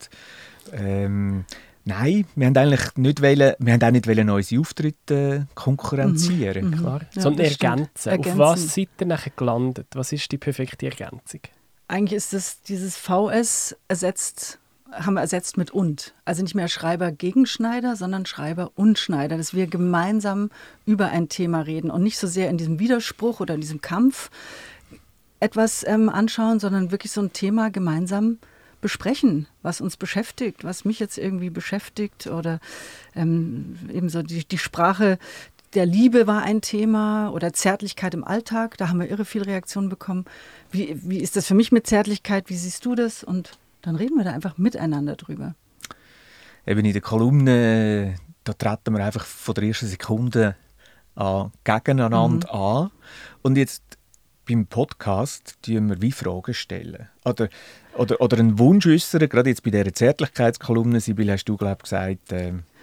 Nein, wir haben eigentlich nicht unsere Auftritte konkurrenzieren. Klar. Ja, sondern ergänzen. Auf was seid ihr nachher gelandet? Was ist die perfekte Ergänzung? Eigentlich ist es dieses VS haben wir ersetzt mit und. Also nicht mehr Schreiber gegen Schneider, sondern Schreiber und Schneider. Dass wir gemeinsam über ein Thema reden und nicht so sehr in diesem Widerspruch oder in diesem Kampf etwas anschauen, sondern wirklich so ein Thema gemeinsam besprechen, was uns beschäftigt, was mich jetzt irgendwie beschäftigt oder eben so die Sprache, der Liebe war ein Thema oder Zärtlichkeit im Alltag. Da haben wir irre viele Reaktionen bekommen. Wie ist das für mich mit Zärtlichkeit? Wie siehst du das? Und dann reden wir da einfach miteinander drüber. Eben in der Kolumne, da treten wir einfach von der ersten Sekunde an gegeneinander an. Und jetzt beim Podcast tun wir wie Fragen stellen. Oder einen Wunsch äußern. Gerade jetzt bei dieser Zärtlichkeitskolumne, Sibylle, hast du, glaube ich, gesagt...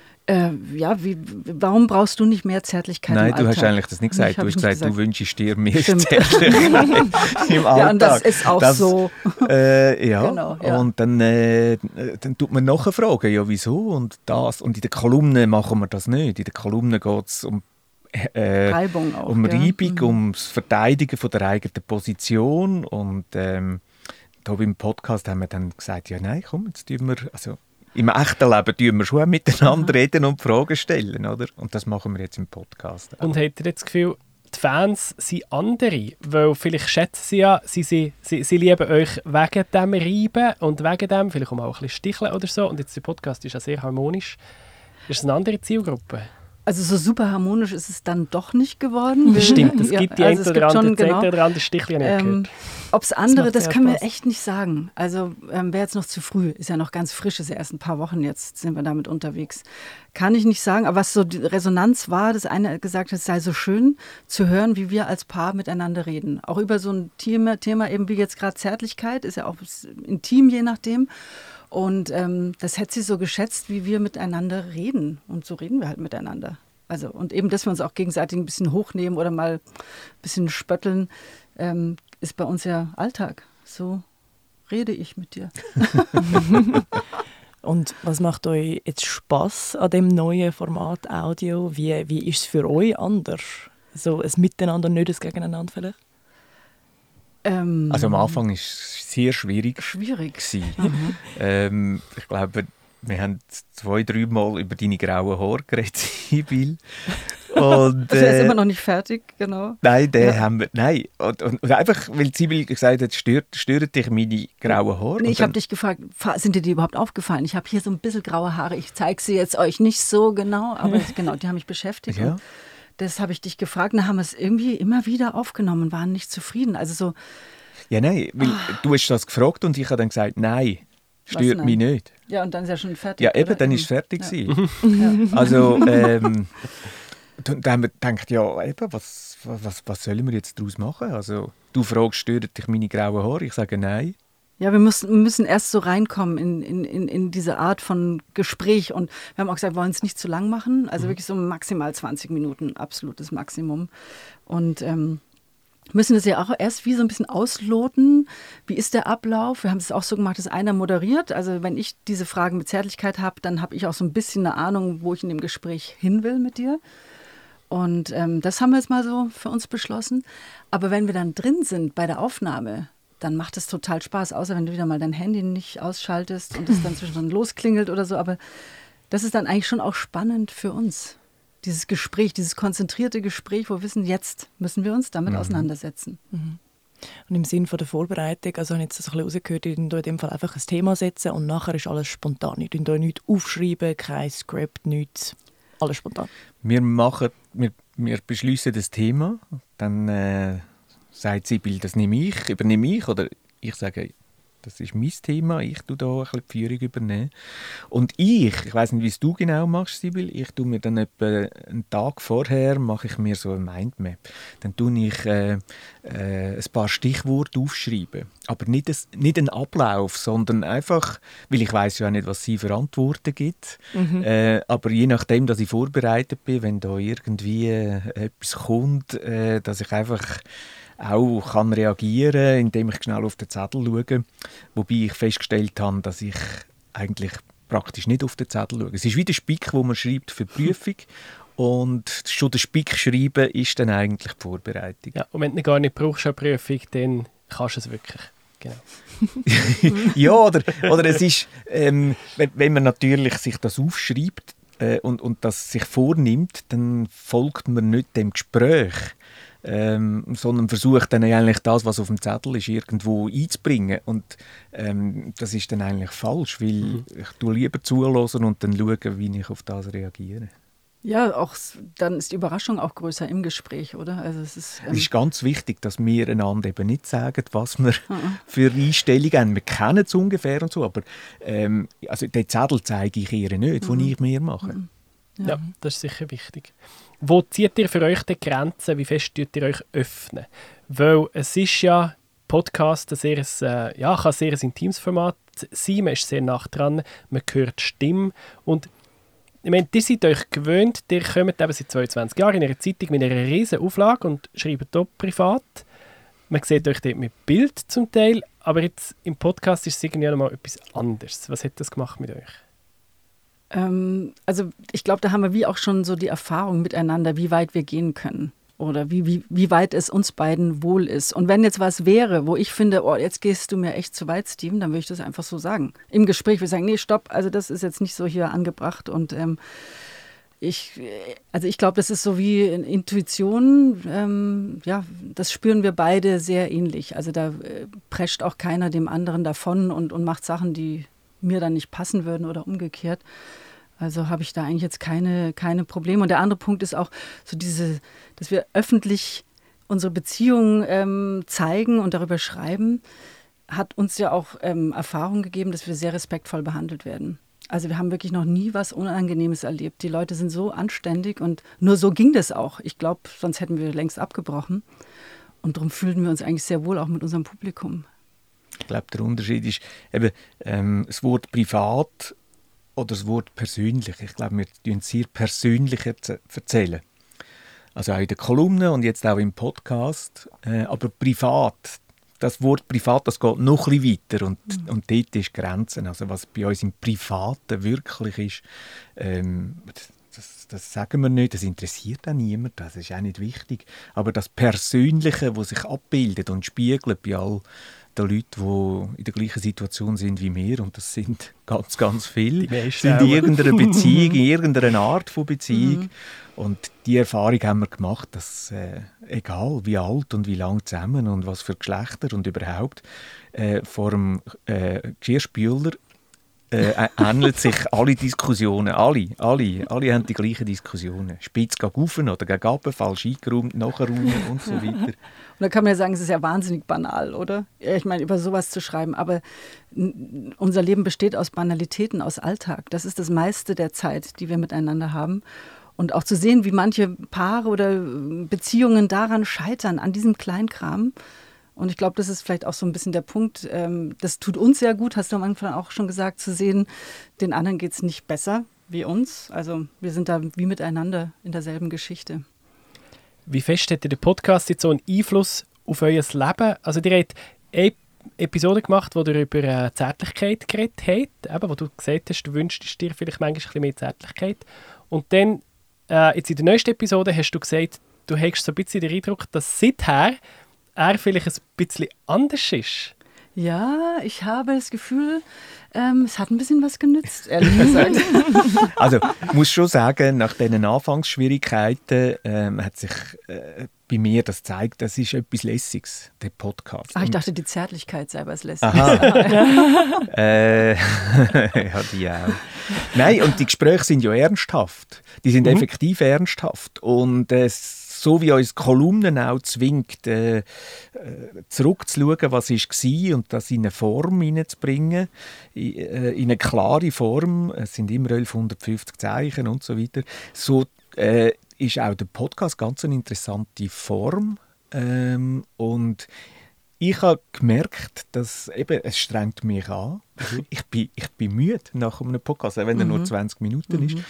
warum brauchst du nicht mehr Zärtlichkeit im Alltag? Nein, du hast eigentlich das nicht gesagt. Du hast gesagt, du wünschst dir mehr Stimmt. Zärtlichkeit im Alltag. Ja, und das ist auch so. Ja, Genau, ja. Und dann tut man nachfragen, ja, wieso und das. Und in der Kolumne machen wir das nicht. In der Kolumne geht es um Reibung auch. Um Reibung, ums Verteidigen von der eigenen Position. Und da beim Podcast haben wir dann gesagt, ja nein, komm, jetzt tun wir... Also, im echten Leben tun wir schon miteinander reden und Fragen stellen, oder? Und das machen wir jetzt im Podcast. Und habt ihr jetzt das Gefühl, die Fans sind andere? Weil vielleicht schätzen sie ja, sie lieben euch wegen dem Reiben und wegen dem, vielleicht auch mal ein bisschen sticheln oder so. Und jetzt der Podcast ist ja sehr harmonisch. Ist es eine andere Zielgruppe? Also so super harmonisch ist es dann doch nicht geworden. Das stimmt, es gibt die ein oder andere Sticheln nicht gehört. Ob es andere, das können wir echt nicht sagen. Also wäre jetzt noch zu früh, ist ja noch ganz frisch, ist ja erst ein paar Wochen jetzt, sind wir damit unterwegs. Kann ich nicht sagen, aber was so die Resonanz war, das eine gesagt hat, es sei so schön zu hören, wie wir als Paar miteinander reden. Auch über so ein Thema eben wie jetzt gerade Zärtlichkeit, ist ja auch intim je nachdem. Und das hätte sie so geschätzt, wie wir miteinander reden. Und so reden wir halt miteinander. Also, und eben, dass wir uns auch gegenseitig ein bisschen hochnehmen oder mal ein bisschen spötteln, ist bei uns ja Alltag. So rede ich mit dir. Und was macht euch jetzt Spass an dem neuen Format Audio? Wie ist es für euch anders? So ein Miteinander, nicht ein Gegeneinander vielleicht? Also am Anfang war es sehr schwierig. Ich glaube, wir haben 2-3 Mal über deine grauen Haare geredet, Sibylle. Und also er ist immer noch nicht fertig, genau. Nein, haben wir. Nein. Und einfach, weil Sibylle gesagt hat, stören dich meine grauen Haare. Nee, ich habe dich gefragt, sind dir die überhaupt aufgefallen? Ich habe hier so ein bisschen graue Haare. Ich zeige sie jetzt euch nicht so genau, aber genau, die haben mich beschäftigt. Ja. Das habe ich dich gefragt und dann haben wir es irgendwie immer wieder aufgenommen und waren nicht zufrieden. Also so. Ja, nein, weil du hast das gefragt und ich habe dann gesagt, nein, stört mich nicht. Ja, und dann ist ja schon fertig. Ja, eben, oder? dann ist es fertig. Ja. Also, dann haben wir gedacht, ja, eben, was sollen wir jetzt daraus machen? Also, du fragst, stören dich meine grauen Haare? Ich sage nein. Ja, wir müssen erst so reinkommen in diese Art von Gespräch. Und wir haben auch gesagt, wir wollen es nicht zu lang machen. Also wirklich so maximal 20 Minuten, absolutes Maximum. Und müssen das ja auch erst wie so ein bisschen ausloten. Wie ist der Ablauf? Wir haben es auch so gemacht, dass einer moderiert. Also wenn ich diese Fragen mit Zärtlichkeit habe, dann habe ich auch so ein bisschen eine Ahnung, wo ich in dem Gespräch hin will mit dir. Und das haben wir jetzt mal so für uns beschlossen. Aber wenn wir dann drin sind bei der Aufnahme, dann macht es total Spaß, außer wenn du wieder mal dein Handy nicht ausschaltest und es dann zwischendrin losklingelt oder so. Aber das ist dann eigentlich schon auch spannend für uns. Dieses Gespräch, dieses konzentrierte Gespräch, wo wir wissen, jetzt müssen wir uns damit auseinandersetzen. Mhm. Und im Sinne von der Vorbereitung, also habe ich jetzt das ein bisschen rausgehört, ihr in dem Fall einfach ein Thema setzen und nachher ist alles spontan. Ihr könnt euch nichts aufschreiben, kein Skript, nichts. Alles spontan. Wir beschließen das Thema, dann sagt Sibylle, das übernehme ich, oder ich sage, das ist mein Thema, ich tue da ein bisschen die Führung übernehmen. Und ich weiss nicht, wie es du genau machst, Sibylle, ich tue mir dann etwa einen Tag vorher, mache ich mir so eine Mindmap. Dann tue ich ein paar Stichworte aufschreiben. Aber nicht einen Ablauf, sondern einfach, weil ich weiss ja auch nicht, was sie für Antworten gibt. Aber je nachdem, dass ich vorbereitet bin, wenn da irgendwie etwas kommt, dass ich einfach auch kann reagieren, indem ich schnell auf den Zettel schaue. Wobei ich festgestellt habe, dass ich eigentlich praktisch nicht auf den Zettel schaue. Es ist wie der Spick, den man schreibt für die Prüfung. Und schon der Spick schreiben ist dann eigentlich die Vorbereitung. Ja, und wenn du gar nicht brauchst eine Prüfung, dann kannst du es wirklich. Genau. Ja, oder es ist, wenn man natürlich sich das aufschreibt und das sich vornimmt, dann folgt man nicht dem Gespräch. Sondern versucht dann eigentlich das, was auf dem Zettel ist, irgendwo einzubringen. Und das ist dann eigentlich falsch, weil ich tue lieber zuhören und dann schauen, wie ich auf das reagiere. Ja, auch dann ist die Überraschung auch größer im Gespräch, oder? Also es ist ganz wichtig, dass wir einander eben nicht sagen, was wir für Einstellungen haben. Wir kennen es ungefähr und so, aber also den Zettel zeige ich ihr nicht, den ich mir mache. Ja, das ist sicher wichtig. Wo zieht ihr für euch die Grenzen? Wie fest tut ihr euch öffnen? Weil es ist ja Podcast kann ein sehr intimes Format sein. Man ist sehr nah dran, man hört die Stimme. Und ich meine, ihr seid euch gewöhnt, ihr kommt eben seit 22 Jahren in einer Zeitung mit einer riesen Auflage und schreibt dort privat. Man sieht euch dort mit Bild zum Teil, aber jetzt im Podcast ist es irgendwie noch mal etwas anderes. Was hat das gemacht mit euch? Also ich glaube, da haben wir wie auch schon so die Erfahrung miteinander, wie weit wir gehen können. Oder wie weit es uns beiden wohl ist. Und wenn jetzt was wäre, wo ich finde, oh, jetzt gehst du mir echt zu weit, Steven, dann würde ich das einfach so sagen. Im Gespräch würde ich sagen, nee, stopp, also das ist jetzt nicht so hier angebracht. Und ich glaube, das ist so wie Intuition, das spüren wir beide sehr ähnlich. Also da prescht auch keiner dem anderen davon und macht Sachen, die mir dann nicht passen würden oder umgekehrt. Also habe ich da eigentlich jetzt keine Probleme. Und der andere Punkt ist auch so dass wir öffentlich unsere Beziehungen zeigen und darüber schreiben, hat uns ja auch Erfahrung gegeben, dass wir sehr respektvoll behandelt werden. Also wir haben wirklich noch nie was Unangenehmes erlebt. Die Leute sind so anständig und nur so ging das auch. Ich glaube, sonst hätten wir längst abgebrochen. Und darum fühlten wir uns eigentlich sehr wohl auch mit unserem Publikum. Ich glaube, der Unterschied ist eben das Wort privat oder das Wort persönlich. Ich glaube, wir erzählen sehr persönlich erzählen. Also auch in der Kolumne und jetzt auch im Podcast. Aber privat, das Wort privat, das geht noch ein bisschen weiter und dort ist Grenzen. Also was bei uns im Privaten wirklich ist, das sagen wir nicht, das interessiert auch niemand, das ist auch nicht wichtig. Aber das Persönliche, das sich abbildet und spiegelt bei all den Leuten, die in der gleichen Situation sind wie wir, und das sind ganz, ganz viele, sind in irgendeiner Beziehung, in irgendeiner Art von Beziehung. Und die Erfahrung haben wir gemacht, dass egal wie alt und wie lang zusammen und was für Geschlechter und überhaupt, vor dem Geschirrspüler ähneln sich alle Diskussionen, alle haben die gleichen Diskussionen. Spitz gegen rauf oder gegen runter, falsch eingeräumt, nachräumen und so weiter. Und da kann man ja sagen, es ist ja wahnsinnig banal, oder? Ich meine, über sowas zu schreiben, aber unser Leben besteht aus Banalitäten, aus Alltag. Das ist das meiste der Zeit, die wir miteinander haben. Und auch zu sehen, wie manche Paare oder Beziehungen daran scheitern, an diesem Kleinkram. Und ich glaube, das ist vielleicht auch so ein bisschen der Punkt, das tut uns sehr gut, hast du am Anfang auch schon gesagt, zu sehen, den anderen geht es nicht besser wie uns. Also wir sind da wie miteinander in derselben Geschichte. Wie fest hat der Podcast jetzt so einen Einfluss auf euer Leben? Also ihr habt eine Episode gemacht, wo ihr über Zärtlichkeit geredet habt, eben, wo du gesagt hast, du wünschst dir vielleicht manchmal ein bisschen mehr Zärtlichkeit. Und dann, jetzt in der neuesten Episode hast du gesagt, du hast so ein bisschen den Eindruck, dass seither er vielleicht ein bisschen anders ist. Ja, ich habe das Gefühl, es hat ein bisschen was genützt, ehrlich gesagt. Also, ich muss schon sagen, nach diesen Anfangsschwierigkeiten hat sich bei mir das gezeigt, das ist etwas Lässiges, der Podcast. Ach, ich dachte, die Zärtlichkeit sei was Lässiges. Aha. Ja, die auch. Nein, und die Gespräche sind ja ernsthaft. Die sind effektiv ernsthaft. Und so wie uns Kolumnen auch zwingt, zurückzuschauen, was war und das in eine Form hineinzubringen, in eine klare Form. Es sind immer 1150 Zeichen und so weiter. So ist auch der Podcast ganz eine interessante Form. Und ich habe gemerkt, dass eben, es strengt mich an. Ich bin müde nach einem Podcast, wenn er nur 20 Minuten ist.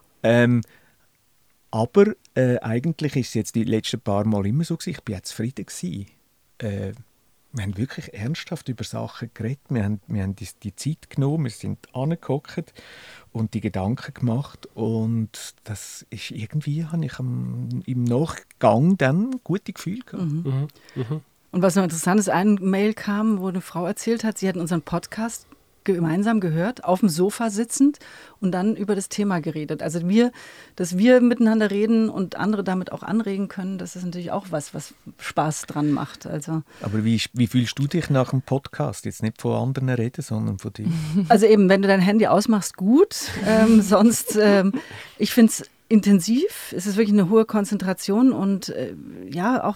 Aber eigentlich ist es jetzt die letzten paar Mal immer so gewesen, ich war zufrieden gewesen. Wir haben wirklich ernsthaft über Sachen geredet, wir haben die Zeit genommen, wir sind angehockt und die Gedanken gemacht und das ist irgendwie, habe ich im Nachgang dann gute Gefühle gehabt. Und was noch interessant ist, eine Mail kam, wo eine Frau erzählt hat, sie hat unseren Podcast gemeinsam gehört, auf dem Sofa sitzend und dann über das Thema geredet. Also dass wir miteinander reden und andere damit auch anregen können, das ist natürlich auch was Spaß dran macht. Also. Aber wie fühlst du dich nach dem Podcast? Jetzt nicht von anderen reden, sondern von dir? Also eben, wenn du dein Handy ausmachst, gut. Sonst, ich finde es intensiv, es ist wirklich eine hohe Konzentration und auch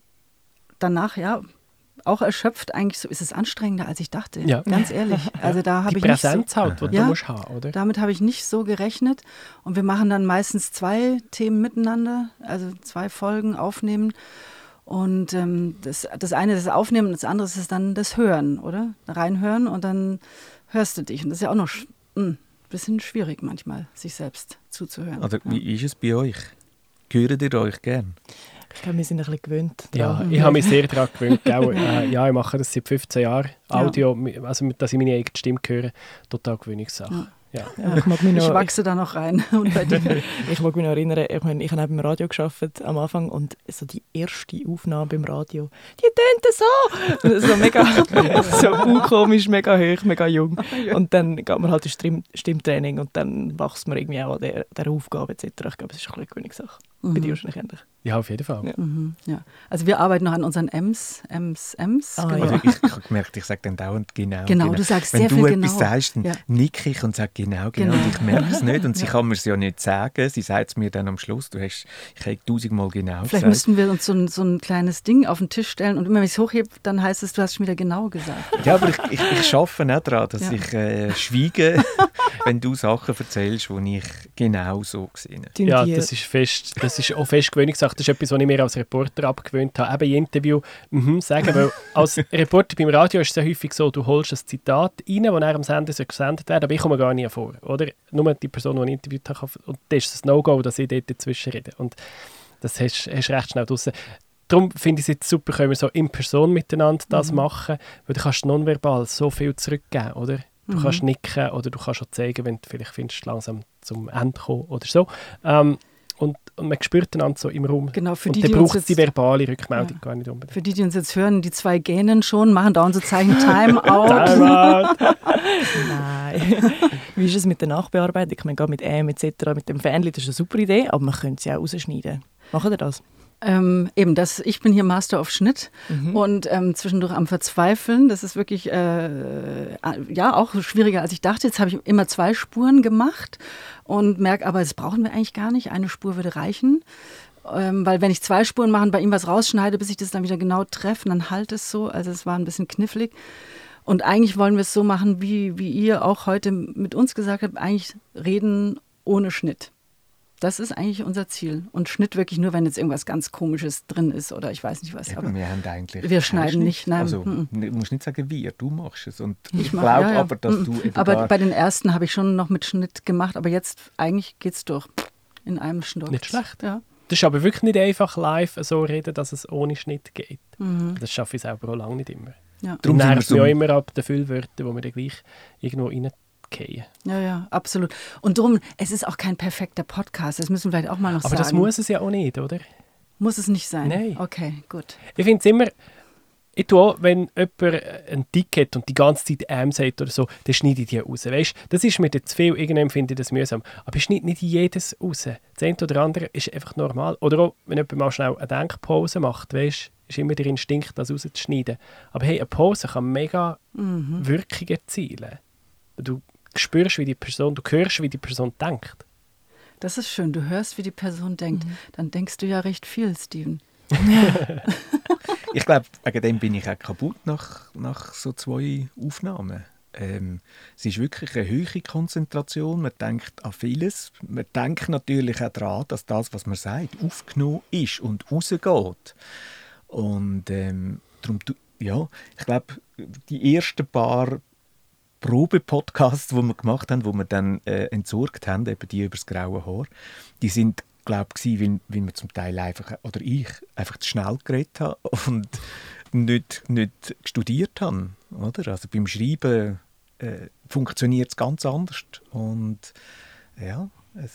danach, auch erschöpft eigentlich, so ist es anstrengender, als ich dachte, ganz ehrlich. Also da habe ich Präsenz halt, die du musst haben, oder? Damit habe ich nicht so gerechnet und wir machen dann meistens 2 Themen miteinander, also 2 Folgen aufnehmen und das eine ist das Aufnehmen und das andere ist dann das Hören, oder? Reinhören und dann hörst du dich und das ist ja auch noch ein bisschen schwierig manchmal, sich selbst zuzuhören. Also wie ist es bei euch? Hört ihr euch gern? Ich glaube, wir sind ein bisschen gewöhnt. Ja, ich habe mich sehr daran gewöhnt. Ich mache das seit 15 Jahren. Audio, also dass ich meine eigene Stimme höre, total Gewöhnungssache. Ja. Ich wachse da noch rein. Und bei dir? Ich mag mich noch erinnern, ich habe beim Radio gearbeitet am Anfang und so die erste Aufnahme beim Radio, die tönt so mega so komisch, mega hoch, mega jung. Und dann geht man halt ins Stimmtraining und dann wächst man irgendwie auch an der Aufgabe etc. Ich glaube, es ist ein bisschen Gewöhnungssache. Bei dir wahrscheinlich ähnlich. Ja, auf jeden Fall. Ja. Also wir arbeiten noch an unseren M's. Genau. Also ich habe gemerkt, ich sage dann dauernd genau. Genau, du sagst sehr viel genau. Wenn du etwas sagst, dann nicke ich und sage genau. Und ich merke es nicht und sie kann mir es ja nicht sagen. Sie sagt es mir dann am Schluss, ich habe 1000-mal genau Vielleicht müssten wir uns so ein kleines Ding auf den Tisch stellen und immer wenn ich es hochhebe, dann heißt es, du hast schon wieder genau gesagt. Ja, aber ich arbeite auch daran, dass ich schweige, wenn du Sachen erzählst, die ich genau so sehe. Ja, das ist auch fest Gewöhnungssache. Das ist etwas, was ich mir als Reporter abgewöhnt habe. Eben in Interview sagen, weil als Reporter beim Radio ist es sehr häufig so, du holst ein Zitat rein, das nach dem Sender gesendet wird, aber ich komme gar nie vor. Oder? Nur die Person, die ich interviewt habe, und das ist das No-Go, dass ich dort dazwischen rede. Und das hast du recht schnell draussen. Darum finde ich es jetzt super, können wir so in Person miteinander das machen, weil du kannst nonverbal so viel zurückgeben, oder? Du kannst nicken oder du kannst auch zeigen, wenn du vielleicht findest, langsam zum Ende kommen oder so. Und man spürt einander so im Raum. Genau, für und die, dann die braucht uns es die verbale Rückmeldung gar nicht unbedingt. Für die uns jetzt hören, die 2 gähnen schon, machen dauernd so Zeichen Time-out. Time-out. Nein. Wie ist es mit der Nachbearbeitung? Ich meine, gerade mit etc., mit dem Fanli, das ist eine super Idee, aber man könnte es ja auch rausschneiden. Machen ihr das? Ich bin hier Master of Schnitt und zwischendurch am Verzweifeln. Das ist wirklich auch schwieriger, als ich dachte. Jetzt habe ich immer 2 Spuren gemacht und merke, aber das brauchen wir eigentlich gar nicht. Eine Spur würde reichen. Weil wenn ich 2 Spuren mache und bei ihm was rausschneide, bis ich das dann wieder genau treffe, dann halt es so. Also es war ein bisschen knifflig. Und eigentlich wollen wir es so machen, wie ihr auch heute mit uns gesagt habt, eigentlich reden ohne Schnitt. Das ist eigentlich unser Ziel. Und Schnitt wirklich nur, wenn jetzt irgendwas ganz Komisches drin ist oder ich weiß nicht was. Ja, aber wir haben eigentlich wir schneiden nicht. Nein. Also, du musst nicht sagen wir, du machst es. Und ich glaube aber, dass du aber bei den ersten habe ich schon noch mit Schnitt gemacht, aber jetzt eigentlich geht es durch in einem Schnitt. Nicht schlecht. Ja. Das ist aber wirklich nicht einfach live so reden, dass es ohne Schnitt geht. Das schaffe ich selber auch lange nicht immer. Ja. Darum nervt mich auch immer ab den Füllwörtern, die wir dann gleich irgendwo rein. Ja, absolut. Und darum, es ist auch kein perfekter Podcast, das müssen wir vielleicht auch mal noch sagen. Aber das muss es ja auch nicht, oder? Muss es nicht sein? Nein. Okay, gut. Ich finde es immer, ich tue auch, wenn jemand ein Ticket und die ganze Zeit sagt oder so, dann schneide ich die raus. Weißt, das ist mir zu viel, irgendwann finde ich das mühsam. Aber ich schneide nicht jedes raus. Das eine oder andere ist einfach normal. Oder auch, wenn jemand mal schnell eine Denkpause macht, weißt, ist immer der Instinkt, das rauszuschneiden. Aber hey, eine Pause kann mega Wirkung erzielen. Du spürst, wie die Person, du hörst, wie die Person denkt. Das ist schön, du hörst, wie die Person denkt. Dann denkst du ja recht viel, Steven. Ich glaube, wegen dem bin ich auch kaputt nach so 2 Aufnahmen. Es ist wirklich eine hohe Konzentration, man denkt an vieles. Man denkt natürlich auch daran, dass das, was man sagt, aufgenommen ist und rausgeht. Und darum, ich glaube, die ersten paar Probe-Podcasts, die wir gemacht haben, die wir dann entsorgt haben, eben die über das graue Haar, die sind, glaube ich, wie wir zum Teil einfach, oder ich, einfach zu schnell geredet habe und nicht studiert habe. Oder? Also beim Schreiben funktioniert es ganz anders. Und ja,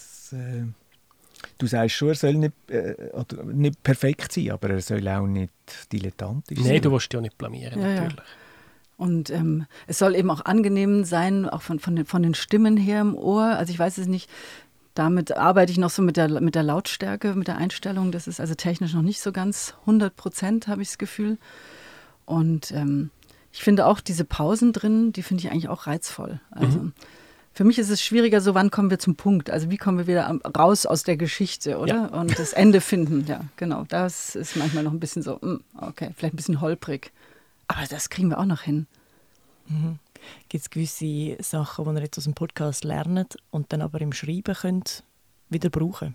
du sagst schon, er soll nicht perfekt sein, aber er soll auch nicht dilettantisch sein. Nein, du willst dich auch nicht blamieren, natürlich. Ja. Und es soll eben auch angenehm sein, auch von den Stimmen her im Ohr. Also ich weiß es nicht, damit arbeite ich noch so mit der Lautstärke, mit der Einstellung. Das ist also technisch noch nicht so ganz 100%, habe ich das Gefühl. Und ich finde auch diese Pausen drin, die finde ich eigentlich auch reizvoll. Also Für mich ist es schwieriger, so wann kommen wir zum Punkt? Also wie kommen wir wieder raus aus der Geschichte, oder? Ja. Und das Ende finden, ja, genau. Das ist manchmal noch ein bisschen so, okay, vielleicht ein bisschen holprig. Aber das kriegen wir auch noch hin. Gibt es gewisse Sachen, die ihr jetzt aus dem Podcast lernt und dann aber im Schreiben könnt wieder brauchen?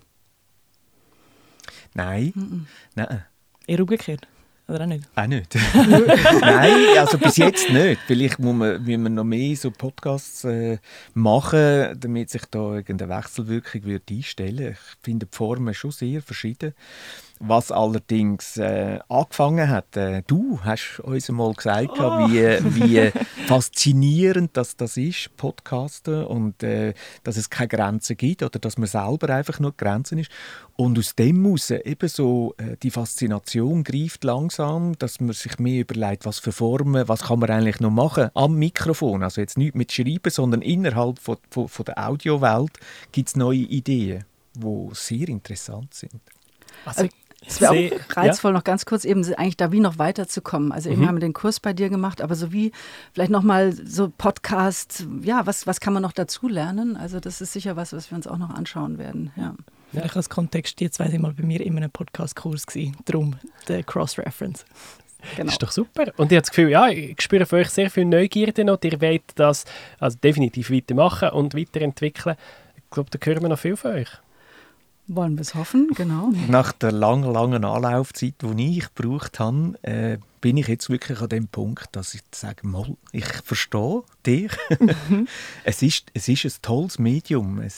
Nein. Nein. Eher umgekehrt? Oder auch nicht? Auch nicht. Nein, also bis jetzt nicht. Vielleicht muss man noch mehr so Podcasts machen, damit sich da irgendeine Wechselwirkung einstellen würde. Ich finde die Formen schon sehr verschieden. Was allerdings angefangen hat, du hast uns einmal gesagt, wie faszinierend das ist, Podcasten, und dass es keine Grenzen gibt oder dass man selber einfach nur die Grenzen ist. Und aus dem heraus eben so die Faszination greift langsam, dass man sich mehr überlegt, was für Formen, was kann man eigentlich noch machen am Mikrofon. Also jetzt nicht mit Schreiben, sondern innerhalb von der Audiowelt gibt es neue Ideen, die sehr interessant sind. Also, es wäre auch reizvoll, noch ganz kurz eben eigentlich da wie noch weiterzukommen. Also eben haben wir den Kurs bei dir gemacht, aber so wie vielleicht nochmal so Podcast, ja, was kann man noch dazu lernen? Also das ist sicher was wir uns auch noch anschauen werden, ja. Vielleicht als Kontext, die 2 sind mal bei mir in einem Podcast-Kurs gewesen. Darum der Cross-Reference. Genau. Das ist doch super. Und ich habe das Gefühl, ja, ich spüre von euch sehr viel Neugierde noch. Ihr wollt das also definitiv weitermachen und weiterentwickeln. Ich glaube, da hören wir noch viel von euch. Wollen wir es hoffen, genau. Nach der langen Anlaufzeit, die ich gebraucht habe, bin ich jetzt wirklich an dem Punkt, dass ich sage, mal, ich verstehe dich. Es ist ein tolles Medium, und es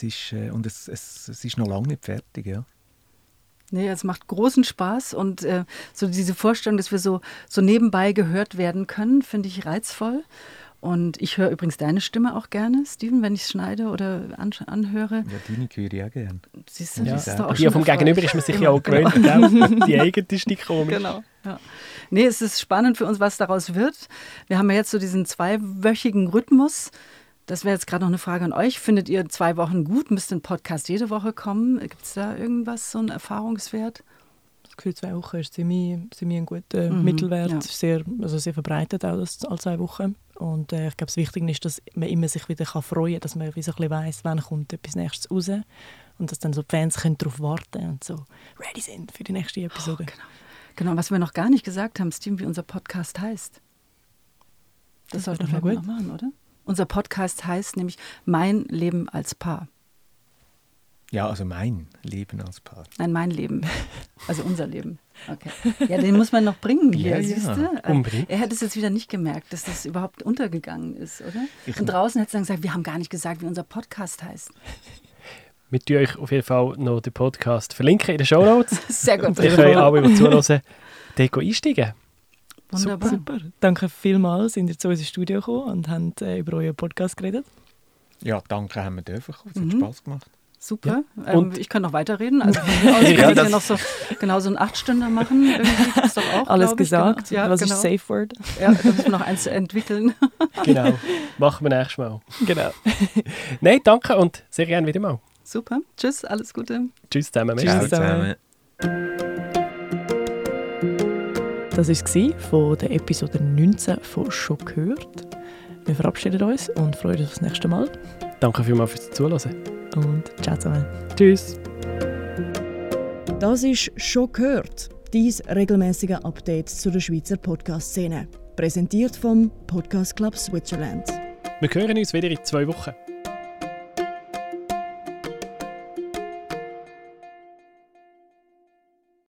ist noch lange nicht fertig. Ja. Nee, es macht großen Spaß und so diese Vorstellung, dass wir so nebenbei gehört werden können, finde ich reizvoll. Und ich höre übrigens deine Stimme auch gerne, Steven, wenn ich es schneide oder anhöre. Ja, deine höre ich auch gerne. Siehst du, Ja. das ist doch auch Die vom Gegenüber ist man sich ja auch gewöhnt, gell? Die eigene Stimme komisch. Genau. Ja. Nee, es ist spannend für uns, was daraus wird. Wir haben ja jetzt so diesen 2-wöchigen Rhythmus. Das wäre jetzt gerade noch eine Frage an euch. Findet ihr 2 Wochen gut? Müsste ein Podcast jede Woche kommen? Gibt es da irgendwas, so einen Erfahrungswert? Das Gefühl, 2 Wochen ist ziemlich ein guter Mittelwert. Ja. Sehr verbreitet auch das alle 2 Wochen. Und ich glaube, das Wichtige ist, dass man immer sich wieder freuen kann, dass man wie so ein bisschen weiss, wann kommt etwas Nächstes raus. Und dass dann so die Fans darauf warten können und so ready sind für die nächste Episode. Genau, was wir noch gar nicht gesagt haben, Steven, wie unser Podcast heißt. Das sollten wir noch machen, oder? Unser Podcast heißt nämlich Mein Leben als Paar. Ja, also mein Leben als Paar. Nein, mein Leben. Also unser Leben. Okay. Ja, den muss man noch bringen hier, siehst du? Unbedingt. Er hat es jetzt wieder nicht gemerkt, dass das überhaupt untergegangen ist, oder? Und draußen hätte es dann gesagt, wir haben gar nicht gesagt, wie unser Podcast heißt. Wir tun euch auf jeden Fall noch den Podcast verlinken in den Shownotes. Sehr gut. Ihr könnt alle, die zuhören, dort einsteigen. Wunderbar. Super. Danke vielmals, sind ihr zu uns ins Studio gekommen und haben über euren Podcast geredet. Ja, danke, haben wir dürfen. Es hat Spass gemacht. Super. Ja. Und ich kann noch weiterreden. Also wir können noch so einen 8-Stünder machen. Irgendwie gibt's doch auch, Alles gesagt. Genau. Ja, was genau. ist Safe Word? Ja, da müssen wir noch eins entwickeln. Genau. Machen wir nächstes Mal. Genau. Nein, danke und sehr gerne wieder mal. Super. Tschüss, alles Gute. Tschüss zusammen. Tschüss Merci. zusammen. Das war es von der Episode 19 von «Schon gehört». Wir verabschieden uns und freuen uns aufs nächste Mal. Danke vielmals fürs Zuhören. Und ciao zusammen. Tschüss. Das ist «Schon gehört», dein regelmäßige Update zu der Schweizer Podcast-Szene. Präsentiert vom Podcast Club Switzerland. Wir hören uns wieder in 2 Wochen.